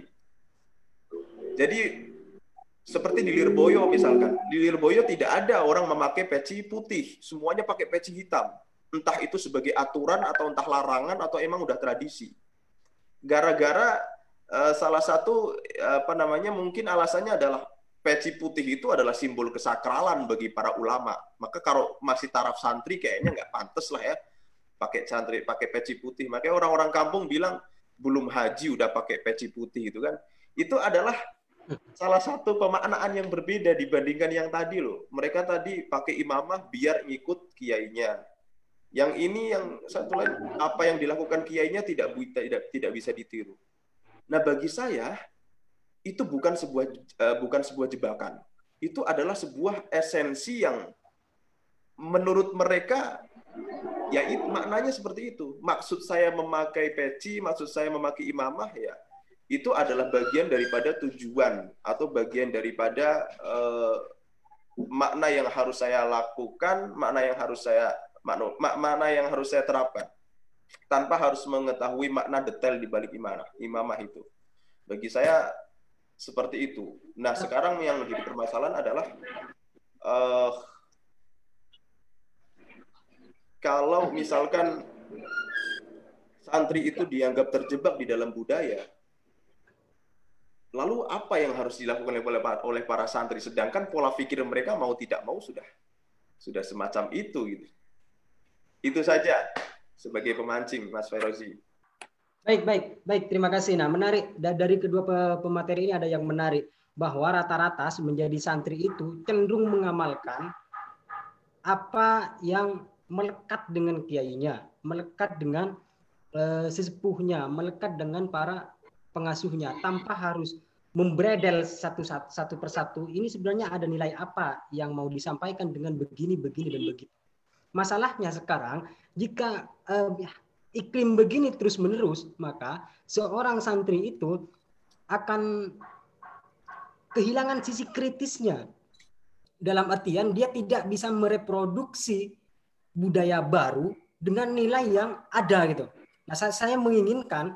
Jadi seperti di Lirboyo misalkan. Di Lirboyo tidak ada orang memakai peci putih. Semuanya pakai peci hitam. Entah itu sebagai aturan atau entah larangan atau emang udah tradisi. Gara-gara salah satu mungkin alasannya adalah peci putih itu adalah simbol kesakralan bagi para ulama. Maka kalau masih taraf santri kayaknya nggak pantas lah ya pakai peci putih. Makanya orang-orang kampung bilang belum haji udah pakai peci putih itu kan. Itu adalah salah satu pemaknaan yang berbeda dibandingkan yang tadi loh. Mereka tadi pakai imamah biar ngikut kiainya. Yang ini yang satu lain, apa yang dilakukan kiainya tidak bisa ditiru. Nah, bagi saya itu bukan sebuah jebakan. Itu adalah sebuah esensi yang menurut mereka ya itu maknanya seperti itu. Maksud saya memakai peci, maksud saya memakai imamah ya itu adalah bagian daripada tujuan atau bagian daripada makna yang harus saya lakukan, makna yang harus saya terapkan tanpa harus mengetahui makna detail di balik imamah itu. Bagi saya seperti itu. Nah, sekarang yang menjadi permasalahan adalah kalau misalkan santri itu dianggap terjebak di dalam budaya, lalu apa yang harus dilakukan oleh para santri? Sedangkan pola pikir mereka mau tidak mau sudah semacam itu gitu. Itu saja sebagai pemancing, Mas Ferozi. Baik. Terima kasih. Nah, menarik dari kedua pemateri ini ada yang menarik bahwa rata-rata menjadi santri itu cenderung mengamalkan apa yang melekat dengan kiainya, melekat dengan sesepuhnya, melekat dengan para pengasuhnya tanpa harus membredel satu persatu. Ini sebenarnya ada nilai apa yang mau disampaikan dengan begini dan begitu. Masalahnya sekarang jika iklim begini terus-menerus, maka seorang santri itu akan kehilangan sisi kritisnya. Dalam artian dia tidak bisa mereproduksi budaya baru dengan nilai yang ada gitu. Nah, saya menginginkan,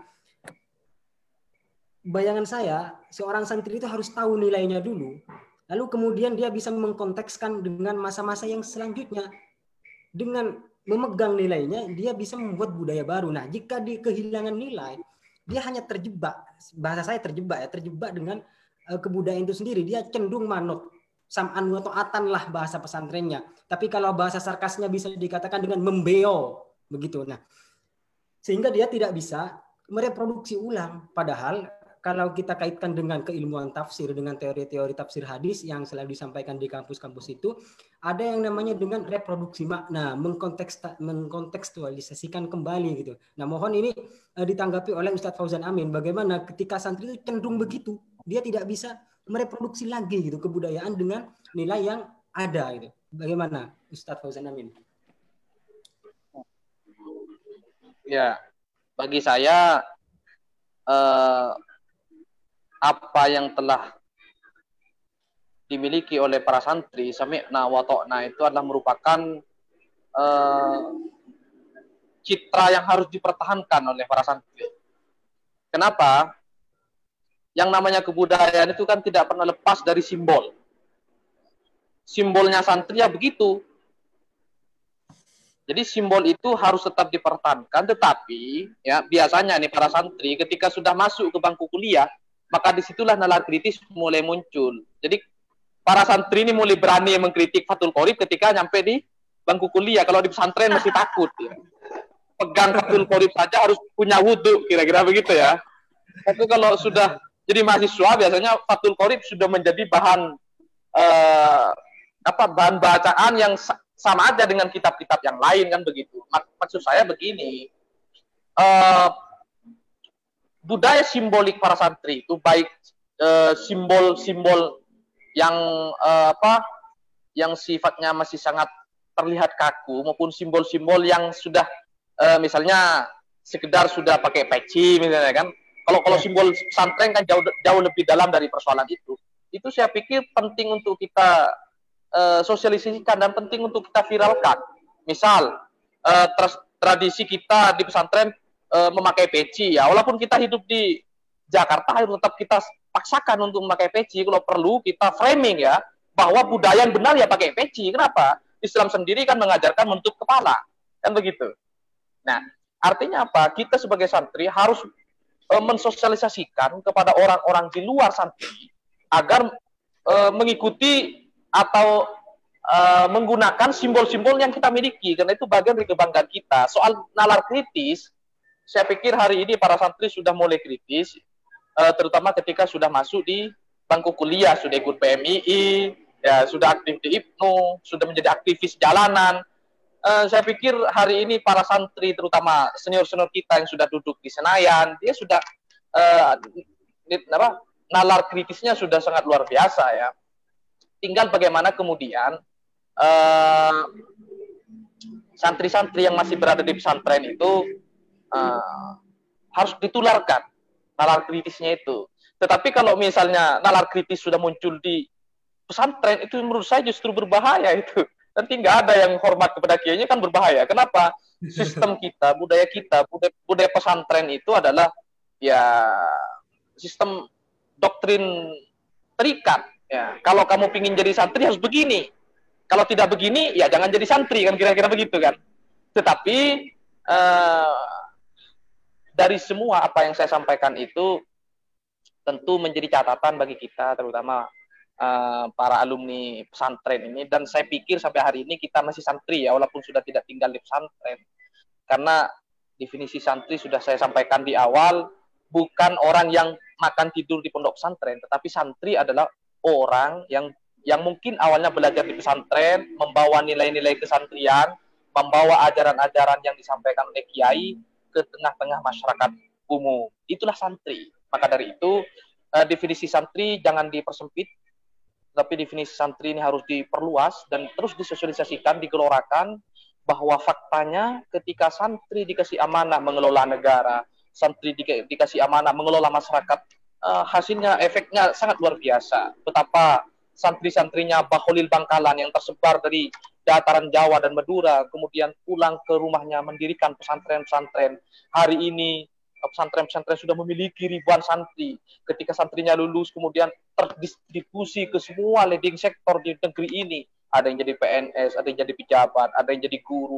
bayangan saya, seorang santri itu harus tahu nilainya dulu, lalu kemudian dia bisa mengkontekskan dengan masa-masa yang selanjutnya. Dengan memegang nilainya, dia bisa membuat budaya baru. Nah, jika dia kehilangan nilai, dia hanya terjebak, bahasa saya terjebak ya, terjebak dengan kebudayaan itu sendiri. Dia cenderung manut, sam'an wa ta'atan lah bahasa pesantrennya. Tapi kalau bahasa sarkasnya bisa dikatakan dengan membeo, begitu. Nah, sehingga dia tidak bisa mereproduksi ulang. Padahal kalau kita kaitkan dengan keilmuan tafsir, dengan teori-teori tafsir hadis yang selalu disampaikan di kampus-kampus itu, ada yang namanya dengan reproduksi makna, mengkontekstualisasikan kembali gitu. Nah, mohon ini ditanggapi oleh Ustadz Fauzan Amin, bagaimana ketika santri itu cenderung begitu, dia tidak bisa mereproduksi lagi gitu kebudayaan dengan nilai yang ada gitu. Bagaimana Ustadz Fauzan Amin? Ya, bagi saya apa yang telah dimiliki oleh para santri sami'na wa ta'na itu adalah merupakan citra yang harus dipertahankan oleh para santri. Kenapa? Yang namanya kebudayaan itu kan tidak pernah lepas dari simbol. Simbolnya santri ya begitu. Jadi simbol itu harus tetap dipertahankan, tetapi ya biasanya nih para santri ketika sudah masuk ke bangku kuliah, maka disitulah nalar kritis mulai muncul. Jadi para santri ini mulai berani mengkritik Fathul Qorib ketika nyampe di bangku kuliah. Kalau di pesantren masih takut. Ya. Pegang Fathul Qorib saja harus punya wudhu, kira-kira begitu ya. Tapi kalau sudah jadi mahasiswa, biasanya Fathul Qorib sudah menjadi bahan bahan bacaan yang sama aja dengan kitab-kitab yang lain kan begitu. Maksud saya begini, budaya simbolik para santri itu baik simbol-simbol yang yang sifatnya masih sangat terlihat kaku maupun simbol-simbol yang sudah misalnya sekedar sudah pakai peci misalnya kan. Kalau simbol pesantren kan jauh lebih dalam dari persoalan itu. Itu saya pikir penting untuk kita sosialisasikan dan penting untuk kita viralkan. Misal tradisi kita di pesantren memakai peci ya, walaupun kita hidup di Jakarta tetap kita paksakan untuk memakai peci. Kalau perlu kita framing ya bahwa budaya yang benar ya pakai peci. Kenapa? Islam sendiri kan mengajarkan menutup kepala kan begitu. Nah, artinya apa? Kita sebagai santri harus mensosialisasikan kepada orang-orang di luar santri agar mengikuti atau menggunakan simbol-simbol yang kita miliki, karena itu bagian dari kebanggaan kita. Soal nalar kritis, saya pikir hari ini para santri sudah mulai kritis, terutama ketika sudah masuk di bangku kuliah, sudah ikut PMII, ya sudah aktif di IPNU, sudah menjadi aktivis jalanan. Saya pikir hari ini para santri, terutama senior-senior kita yang sudah duduk di Senayan, dia sudah nalar kritisnya sudah sangat luar biasa ya. Tinggal bagaimana kemudian santri-santri yang masih berada di pesantren itu harus ditularkan nalar kritisnya itu. Tetapi kalau misalnya nalar kritis sudah muncul di pesantren, itu menurut saya justru berbahaya itu. Nanti nggak ada yang hormat kepada kiainya kan berbahaya. Kenapa? Sistem kita, budaya pesantren itu adalah ya sistem doktrin terikat. Ya, kalau kamu pingin jadi santri harus begini. Kalau tidak begini, ya jangan jadi santri kan kira-kira begitu kan. Tetapi dari semua apa yang saya sampaikan itu tentu menjadi catatan bagi kita, terutama para alumni pesantren ini. Dan saya pikir sampai hari ini kita masih santri ya, walaupun sudah tidak tinggal di pesantren. Karena definisi santri sudah saya sampaikan di awal, bukan orang yang makan tidur di pondok pesantren, tetapi santri adalah orang yang mungkin awalnya belajar di pesantren, membawa nilai-nilai kesantrian, membawa ajaran-ajaran yang disampaikan oleh kiai ke tengah-tengah masyarakat umum. Itulah santri. Maka dari itu, definisi santri jangan dipersempit, tapi definisi santri ini harus diperluas dan terus disosialisasikan, digelorakan, bahwa faktanya ketika santri dikasih amanah mengelola negara, santri dikasih amanah mengelola masyarakat, hasilnya, efeknya sangat luar biasa. Betapa santri-santrinya Baholil Bangkalan yang tersebar dari dataran Jawa dan Madura, kemudian pulang ke rumahnya mendirikan pesantren-pesantren. Hari ini pesantren-pesantren sudah memiliki ribuan santri. Ketika santrinya lulus, kemudian terdistribusi ke semua leading sektor di negeri ini. Ada yang jadi PNS, ada yang jadi pejabat, ada yang jadi guru.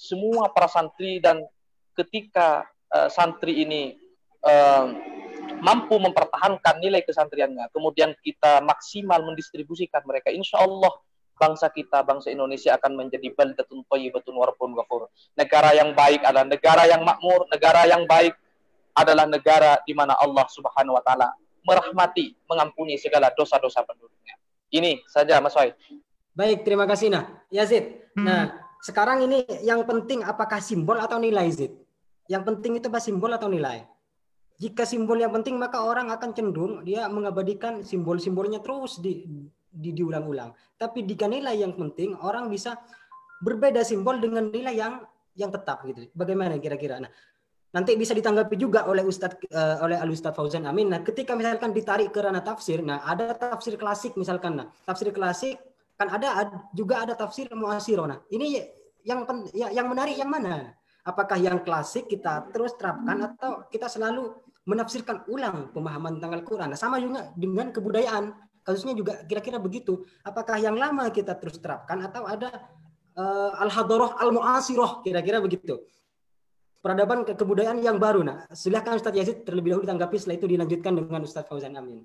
semua para santri, dan ketika santri ini mampu mempertahankan nilai kesantriannya, kemudian kita maksimal mendistribusikan mereka, insya Allah bangsa kita, bangsa Indonesia akan menjadi baldatun thayyibatun wa rabbun ghafur. Negara yang baik adalah negara yang makmur, negara yang baik adalah negara di mana Allah Subhanahu wa taala merahmati, mengampuni segala dosa-dosa penduduknya. Ini saja Mas Wahid. Baik, terima kasih. Nah, Yazid. Nah, sekarang ini yang penting apakah simbol atau nilai, Zid? Yang penting itu apa, simbol atau nilai? Jika simbol yang penting, maka orang akan cenderung dia mengabadikan simbol-simbolnya terus diulang-ulang. Tapi jika nilai yang penting, orang bisa berbeda simbol dengan nilai yang tetap gitu. Bagaimana kira-kira? Nah, nanti bisa ditanggapi juga oleh Al-Ustadz Fauzan Amin. Nah, ketika misalkan ditarik ke ranah tafsir, nah ada tafsir klasik misalkan. Nah, tafsir klasik kan juga ada tafsir mu'asirah. Nah, ini yang menarik yang mana? Apakah yang klasik kita terus terapkan atau kita selalu menafsirkan ulang pemahaman tentang Al-Quran? Nah, sama juga dengan kebudayaan. Kasusnya juga kira-kira begitu. Apakah yang lama kita terus terapkan atau ada al-hadarah al-mu'asirah, kira-kira begitu. Peradaban kebudayaan yang baru. Nah, silakan Ustadz Yazid terlebih dahulu ditanggapi, setelah itu dilanjutkan dengan Ustadz Fauzan Amin.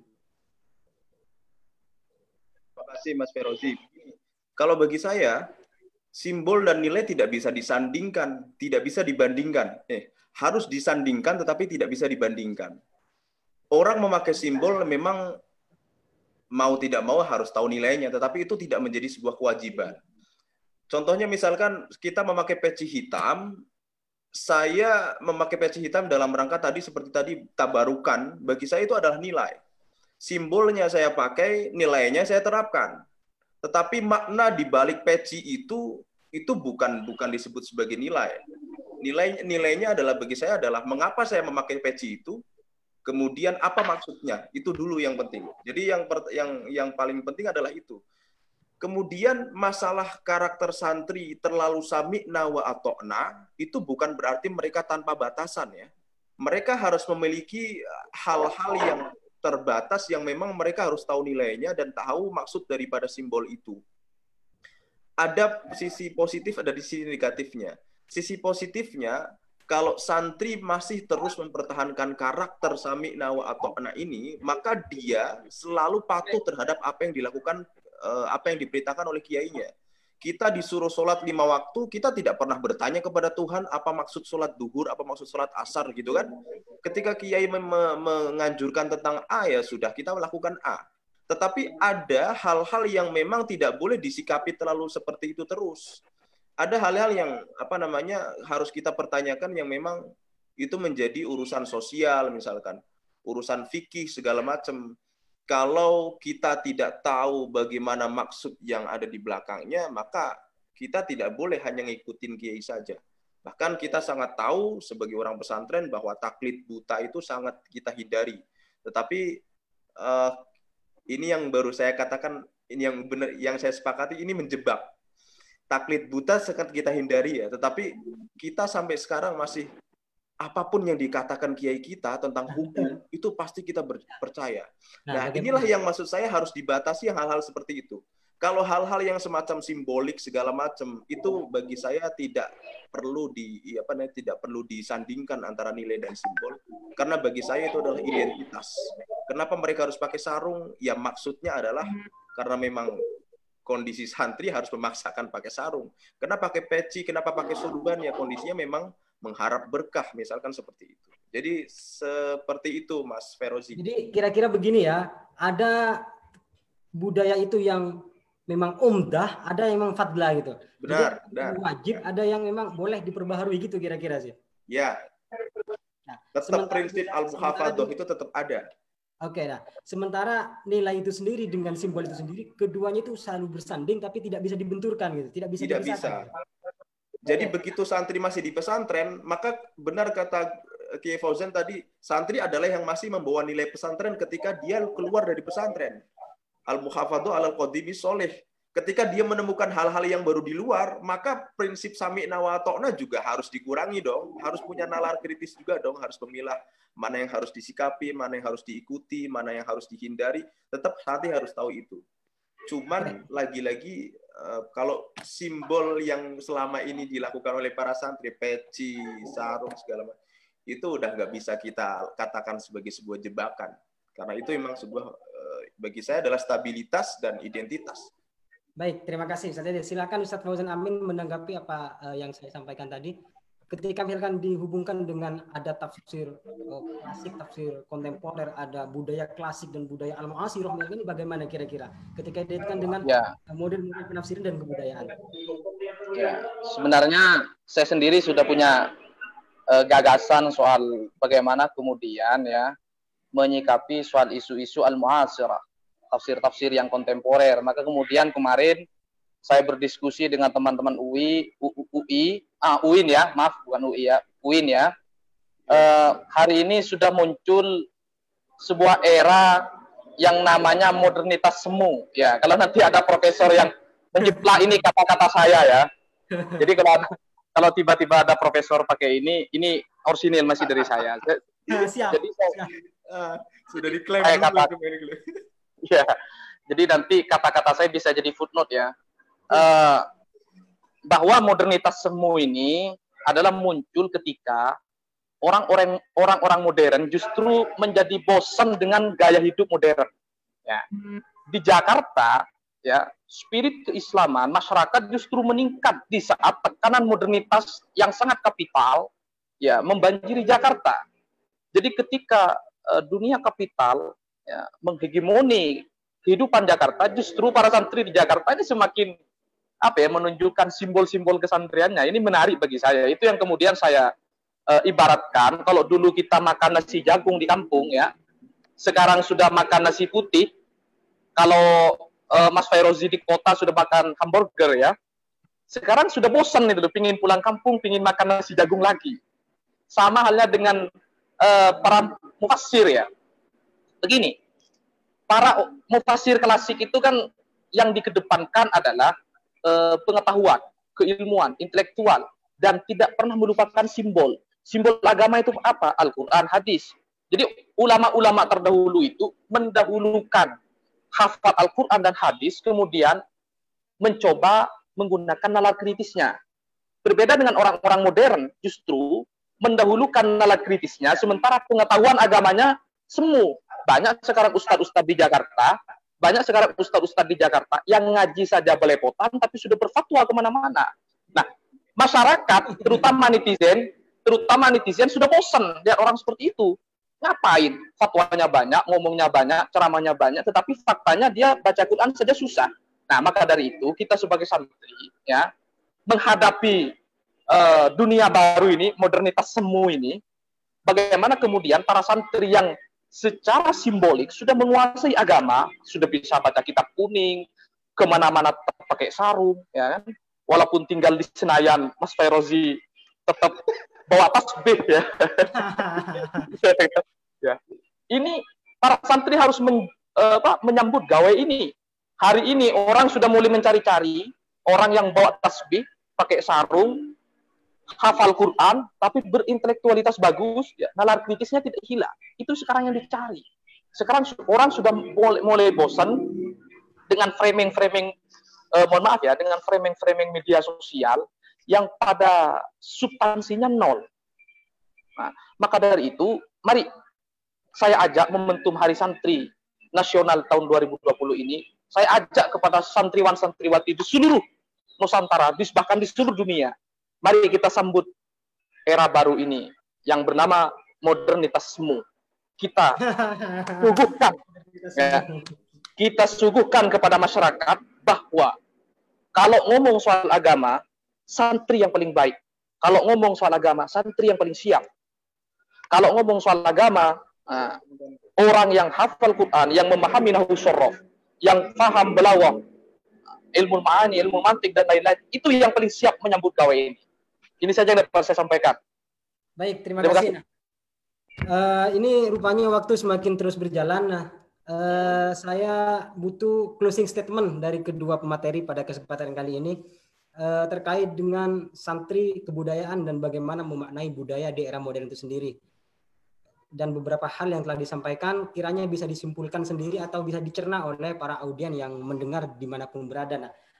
Terima kasih Mas Ferozi. Kalau bagi saya, simbol dan nilai tidak bisa disandingkan, tidak bisa dibandingkan. Harus disandingkan tetapi tidak bisa dibandingkan. Orang memakai simbol memang mau tidak mau harus tahu nilainya, tetapi itu tidak menjadi sebuah kewajiban. Contohnya misalkan kita memakai peci hitam, saya memakai peci hitam dalam rangka tadi seperti tadi tabarukan, bagi saya itu adalah nilai. Simbolnya saya pakai, nilainya saya terapkan. Tetapi makna di balik peci itu bukan disebut sebagai nilai. Nilainya adalah bagi saya adalah mengapa saya memakai peci itu, kemudian apa maksudnya, itu dulu yang penting. Jadi yang paling penting adalah itu. Kemudian masalah karakter santri terlalu sami'na wa ata'na itu bukan berarti mereka tanpa batasan ya. Mereka harus memiliki hal-hal yang terbatas yang memang mereka harus tahu nilainya dan tahu maksud daripada simbol itu. Ada sisi positif, ada di sisi negatifnya. Sisi positifnya, kalau santri masih terus mempertahankan karakter sami'na wa ata'na ini, maka dia selalu patuh terhadap apa yang dilakukan, apa yang diberitakan oleh kiainya. Kita disuruh sholat 5 waktu, kita tidak pernah bertanya kepada Tuhan apa maksud sholat duhur, apa maksud sholat asar gitu kan. Ketika kiai menganjurkan tentang A, ya sudah kita melakukan A. Tetapi ada hal-hal yang memang tidak boleh disikapi terlalu seperti itu terus. Ada hal-hal yang harus kita pertanyakan yang memang itu menjadi urusan sosial misalkan, urusan fikih segala macam. Kalau kita tidak tahu bagaimana maksud yang ada di belakangnya, maka kita tidak boleh hanya ngikutin kiai saja. Bahkan kita sangat tahu sebagai orang pesantren bahwa taklid buta itu sangat kita hindari. Tetapi ini yang baru saya katakan, ini yang benar, yang saya sepakati, ini menjebak. Taklid buta sangat kita hindari ya, tetapi kita sampai sekarang masih apapun yang dikatakan kiai kita tentang hukum itu pasti kita percaya. Nah, inilah yang maksud saya harus dibatasi hal-hal seperti itu. Kalau hal-hal yang semacam simbolik segala macam itu bagi saya tidak perlu disandingkan antara nilai dan simbol, karena bagi saya itu adalah identitas. Kenapa mereka harus pakai sarung? Ya maksudnya adalah karena memang kondisi santri harus memaksakan pakai sarung. Kenapa pakai peci? Kenapa pakai surban? Ya kondisinya memang mengharap berkah, misalkan seperti itu. Jadi seperti itu, Mas Ferozi. Jadi kira-kira begini ya, ada budaya itu yang memang umdah, ada yang memang fadlah gitu. Benar, jadi, benar. Wajib, ada yang memang boleh diperbaharui gitu kira-kira sih. Ya. Nah, tetap prinsip al-muhafadzah itu tetap ada. Oke, nah sementara nilai itu sendiri dengan simbol itu sendiri, keduanya itu selalu bersanding tapi tidak bisa dibenturkan gitu, tidak bisa dipisahkan. Jadi begitu santri masih di pesantren, maka benar kata Kiai Fauzan tadi, santri adalah yang masih membawa nilai pesantren ketika dia keluar dari pesantren. Al-muhafadzah alal qadimi soleh. Ketika dia menemukan hal-hal yang baru di luar, maka prinsip sami'na wa ata'na juga harus dikurangi dong. Harus punya nalar kritis juga dong, harus memilah mana yang harus disikapi, mana yang harus diikuti, mana yang harus dihindari. Tetap santri harus tahu itu. Cuman lagi-lagi kalau simbol yang selama ini dilakukan oleh para santri, peci, sarung, segala macam, itu udah nggak bisa kita katakan sebagai sebuah jebakan. Karena itu memang sebuah, bagi saya adalah stabilitas dan identitas. Baik, terima kasih Ustaz Dede. Silakan Ustaz Fauzan Amin menanggapi apa yang saya sampaikan tadi. Ketika misalkan dihubungkan dengan ada tafsir klasik, tafsir kontemporer, ada budaya klasik dan budaya al-mu'asirah, ini bagaimana kira-kira ketika dikaitkan dengan model-model penafsiran dan kebudayaan? Ya, sebenarnya saya sendiri sudah punya gagasan soal bagaimana kemudian ya menyikapi soal isu-isu al-mu'asirah, tafsir-tafsir yang kontemporer. Maka kemudian kemarin saya berdiskusi dengan teman-teman UIN ya, maaf bukan UI ya, UIN ya. Hari ini sudah muncul sebuah era yang namanya modernitas semu. Ya, kalau nanti ada profesor yang menjiplak ini kata-kata saya ya. Jadi kalau tiba-tiba ada profesor pakai ini orsinil masih dari saya. Siap. Jadi sudah diklaim. Ya, jadi nanti kata-kata saya bisa jadi footnote ya. Bahwa modernitas semu ini adalah muncul ketika orang-orang modern justru menjadi bosan dengan gaya hidup modern. Ya. Di Jakarta, ya, spirit keislaman masyarakat justru meningkat di saat tekanan modernitas yang sangat kapital, ya, membanjiri Jakarta. Jadi ketika dunia kapital ya, menghegemoni kehidupan Jakarta, justru para santri di Jakarta ini semakin menunjukkan simbol-simbol kesantriannya. Ini menarik bagi saya. Itu yang kemudian saya ibaratkan, kalau dulu kita makan nasi jagung di kampung ya, sekarang sudah makan nasi putih. Kalau Mas Fairozi di kota sudah makan hamburger ya, sekarang sudah bosan nih dulu, pingin pulang kampung, pingin makan nasi jagung lagi. Sama halnya dengan para mufassir ya. Begini, para mufassir klasik itu kan yang dikedepankan adalah pengetahuan, keilmuan, intelektual, dan tidak pernah melupakan simbol. Simbol agama itu apa? Al-Quran, hadis. Jadi ulama-ulama terdahulu itu mendahulukan hafal Al-Quran dan hadis, kemudian mencoba menggunakan nalar kritisnya. Berbeda dengan orang-orang modern, justru mendahulukan nalar kritisnya, sementara pengetahuan agamanya semu. Banyak sekarang ustadz-ustadz di Jakarta, yang ngaji saja belepotan, tapi sudah berfatwa kemana-mana. Nah, masyarakat, terutama netizen sudah bosan lihat orang seperti itu. Ngapain? Fatwanya banyak, ngomongnya banyak, ceramahnya banyak, tetapi faktanya dia baca Quran saja susah. Nah, maka dari itu kita sebagai santri ya menghadapi dunia baru ini, modernitas semu ini, bagaimana kemudian para santri yang secara simbolik sudah menguasai agama, sudah bisa baca kitab kuning, kemana-mana pakai sarung, ya kan? Walaupun tinggal di Senayan, Mas Fairozi tetap bawa tasbih ya. Ya. Ini para santri harus menyambut gawe ini. Hari ini orang sudah mulai mencari-cari orang yang bawa tasbih, pakai sarung, hafal Quran, tapi berintelektualitas bagus, ya, nalar kritisnya tidak hilang. Itu sekarang yang dicari. Sekarang orang sudah mulai bosan dengan framing-framing, dengan framing-framing media sosial yang pada substansinya nol. Nah, maka dari itu, mari saya ajak momentum Hari Santri Nasional tahun 2020 ini, saya ajak kepada santriwan-santriwati di seluruh Nusantara, bahkan di seluruh dunia. Mari kita sambut era baru ini yang bernama modernitas semu. Kita suguhkan kepada masyarakat bahwa kalau ngomong soal agama, santri yang paling baik. Kalau ngomong soal agama, santri yang paling siap. Kalau ngomong soal agama, orang yang hafal Quran, yang memahami nahwu syaraf, yang paham belawang, ilmu ma'ani, ilmu mantik dan lain-lain, itu yang paling siap menyambut gawe ini. Ini saja yang dapat saya sampaikan. Baik, terima kasih. Ini rupanya waktu semakin terus berjalan. Nah, saya butuh closing statement dari kedua pemateri pada kesempatan kali ini terkait dengan santri, kebudayaan, dan bagaimana memaknai budaya di era modern itu sendiri. Dan beberapa hal yang telah disampaikan kiranya bisa disimpulkan sendiri atau bisa dicerna oleh para audien yang mendengar dimanapun berada. Nah,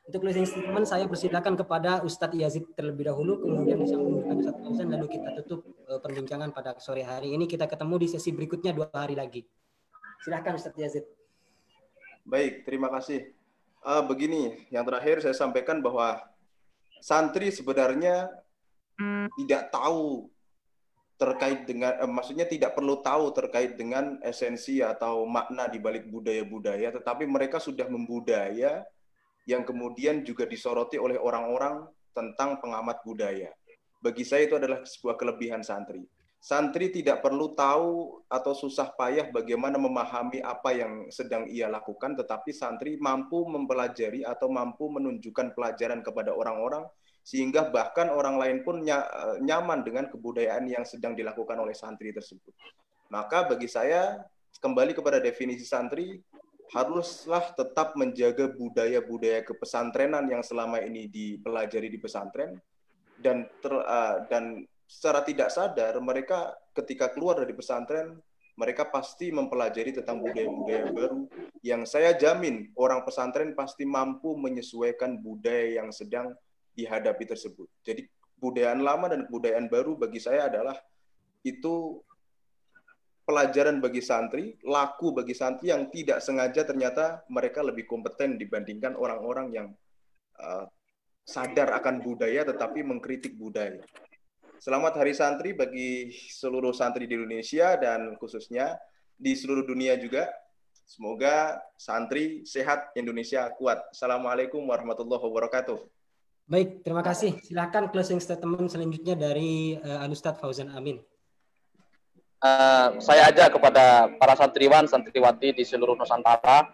Untuk closing statement saya persilakan kepada Ustadz Yazid terlebih dahulu, kemudian disambung dengan Ustadz Fauzan, lalu kita tutup perbincangan pada sore hari ini. Kita ketemu di sesi berikutnya 2 hari lagi. Silakan Ustadz Yazid. Baik, terima kasih. Begini, yang terakhir saya sampaikan bahwa santri sebenarnya tidak tahu terkait dengan, maksudnya tidak perlu tahu terkait dengan esensi atau makna di balik budaya-budaya, tetapi mereka sudah membudaya yang kemudian juga disoroti oleh orang-orang tentang pengamat budaya. Bagi saya itu adalah sebuah kelebihan santri. Santri tidak perlu tahu atau susah payah bagaimana memahami apa yang sedang ia lakukan, tetapi santri mampu mempelajari atau mampu menunjukkan pelajaran kepada orang-orang, sehingga bahkan orang lain pun nyaman dengan kebudayaan yang sedang dilakukan oleh santri tersebut. Maka bagi saya, kembali kepada definisi santri, haruslah tetap menjaga budaya-budaya kepesantrenan yang selama ini dipelajari di pesantren, dan secara tidak sadar mereka ketika keluar dari pesantren, mereka pasti mempelajari tentang budaya-budaya baru yang saya jamin orang pesantren pasti mampu menyesuaikan budaya yang sedang dihadapi tersebut. Jadi kebudayaan lama dan kebudayaan baru bagi saya adalah itu pelajaran bagi santri, laku bagi santri yang tidak sengaja ternyata mereka lebih kompeten dibandingkan orang-orang yang sadar akan budaya tetapi mengkritik budaya. Selamat Hari Santri bagi seluruh santri di Indonesia dan khususnya di seluruh dunia juga. Semoga santri sehat, Indonesia kuat. Assalamualaikum warahmatullahi wabarakatuh. Baik, terima kasih. Silakan closing statement selanjutnya dari Al-Ustadz Fauzan Amin. Saya ajak kepada para santriwan, santriwati di seluruh Nusantara,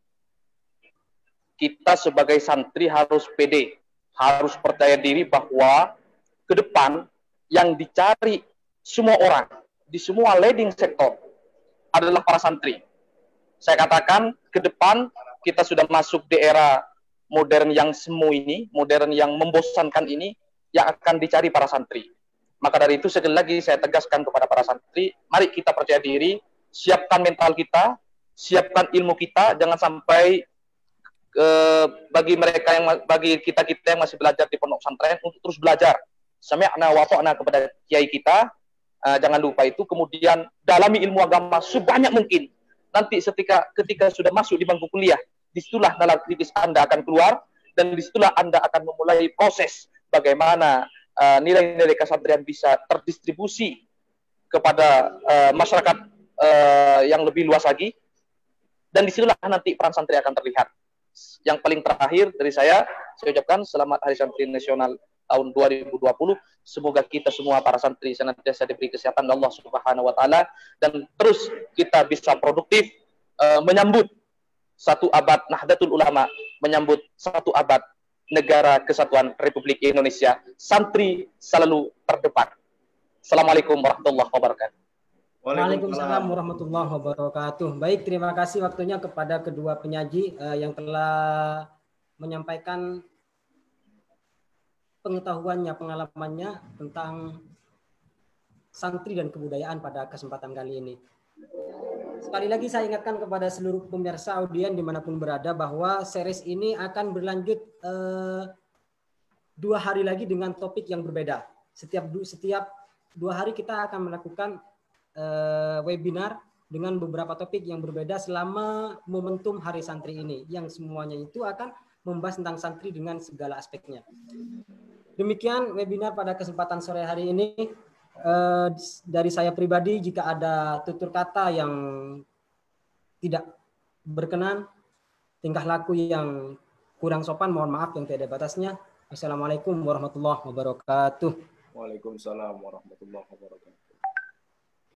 kita sebagai santri harus pede, harus percaya diri bahwa ke depan yang dicari semua orang, di semua leading sektor adalah para santri. Saya katakan ke depan kita sudah masuk di era modern yang semu ini, modern yang membosankan ini, yang akan dicari para santri. Maka dari itu sekali lagi saya tegaskan kepada para santri, mari kita percaya diri, siapkan mental kita, siapkan ilmu kita, jangan sampai bagi kita yang masih belajar di pondok pesantren untuk terus belajar. Sami'na wa ta'na kepada kiai kita, jangan lupa itu. Kemudian dalami ilmu agama sebanyak mungkin. Nanti ketika sudah masuk di bangku kuliah, disitulah nalar kritis Anda akan keluar, dan disitulah Anda akan memulai proses bagaimana nilai-nilai kesantrian bisa terdistribusi kepada masyarakat yang lebih luas lagi, dan disitulah nanti peran santri akan terlihat. Yang paling terakhir dari saya ucapkan selamat Hari Santri Nasional tahun 2020. Semoga kita semua para santri senantiasa diberi kesehatan Allah Subhanahu wa taala, dan terus kita bisa produktif menyambut 1 abad Nahdlatul Ulama, menyambut 1 abad Negara Kesatuan Republik Indonesia. Santri selalu terdepan. Assalamualaikum warahmatullahi wabarakatuh. Waalaikumsalam warahmatullahi wabarakatuh. Baik, terima kasih waktunya kepada kedua penyaji yang telah menyampaikan pengetahuannya, pengalamannya tentang santri dan kebudayaan pada kesempatan kali ini. Sekali lagi saya ingatkan kepada seluruh pemirsa audien dimanapun berada bahwa series ini akan berlanjut 2 hari lagi dengan topik yang berbeda. Setiap 2 hari kita akan melakukan webinar dengan beberapa topik yang berbeda selama momentum Hari Santri ini, yang semuanya itu akan membahas tentang santri dengan segala aspeknya. Demikian webinar pada kesempatan sore hari ini. Dari saya pribadi, jika ada tutur kata yang tidak berkenan, tingkah laku yang kurang sopan, mohon maaf yang tidak ada batasnya. Assalamualaikum warahmatullahi wabarakatuh. Waalaikumsalam warahmatullahi wabarakatuh.